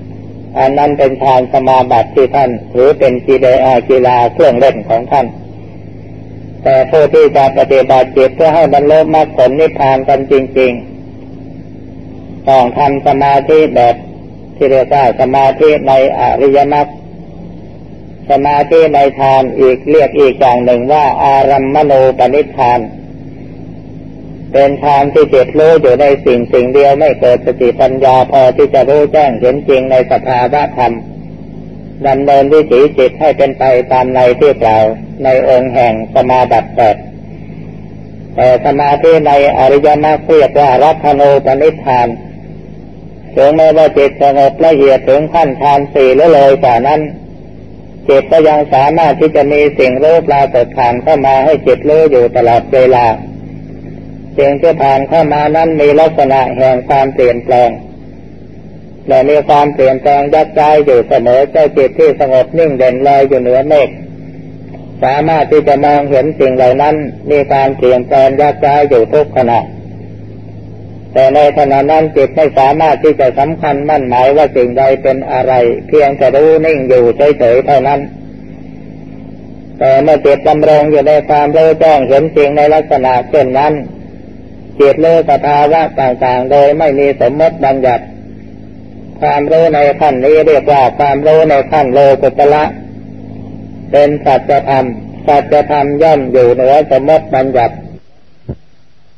อันนั้นเป็นฌานสมาบัติที่ท่านหรือเป็นกีฬาเครื่องเล่นของท่านแต่ผู้ที่จะปฏิบัติจิตเพื่อให้บรรลุมรรคผลนิพพานกันจริงๆต้องทำสมาธิแบบที่เรียกว่าสมาธิในอริยมรรคสมาธิในฌานอีกเรียกอีกอย่างหนึ่งว่าอารัมมณูปนิชฌานเป็นฌานที่จิตรู้อยู่ในสิ่งเดียวไม่เกิดสติปัญญาพอที่จะรู้แจ้งเห็นจริงในสภาวะธรรมดำเนินวิถีจิตให้เป็นไปตามในที่กล่าวในองค์แห่งสมาบัติ8แต่สมาธิในอริยมรรคเรียกว่ารัตโนปนิชฌานถึงแม้ว่าจิตสงบละเอียดถึงขั้นฌาน4แล้วเลยกว่านั้นจิตก็ยังสามารถที่จะมีสิ่งรู้ปรากฏผ่านเข้ามาให้จิตรู้อยู่ตลอดเวลาสิ่งที่ผ่านเข้ามานั้นมีลักษณะแห่งความเปลี่ยนแปลงและมีความเปลี่ยนแปลงยักย้ายอยู่เสมอเจ้าจิตที่สงบนิ่งเด่นลอยอยู่เหนือเมฆสามารถที่จะมองเห็นสิ่งเหล่านั้นมีการเปลี่ยนแปลงยักย้ายอยู่ทุกขณะแต่ในขณะนั้นจิตไม่สามารถที่จะสำคัญมั่นหมายว่าสิ่งใดเป็นอะไรเพียงแต่รู้นิ่งอยู่เฉยๆเท่านั้นแต่เมื่อจิตดำรงอยู่ในความรู้แจ้งเห็นจริงในลักษณะเช่นนั้นจิตรู้สภาวะต่างๆโดยไม่มีสมมติบัญญัติความรู้ในขั้นนี้เรียกว่าความรู้ในขั้นโลกุตระเป็นสัจธรรมย่อมอยู่เหนือสมมติบัญญัติ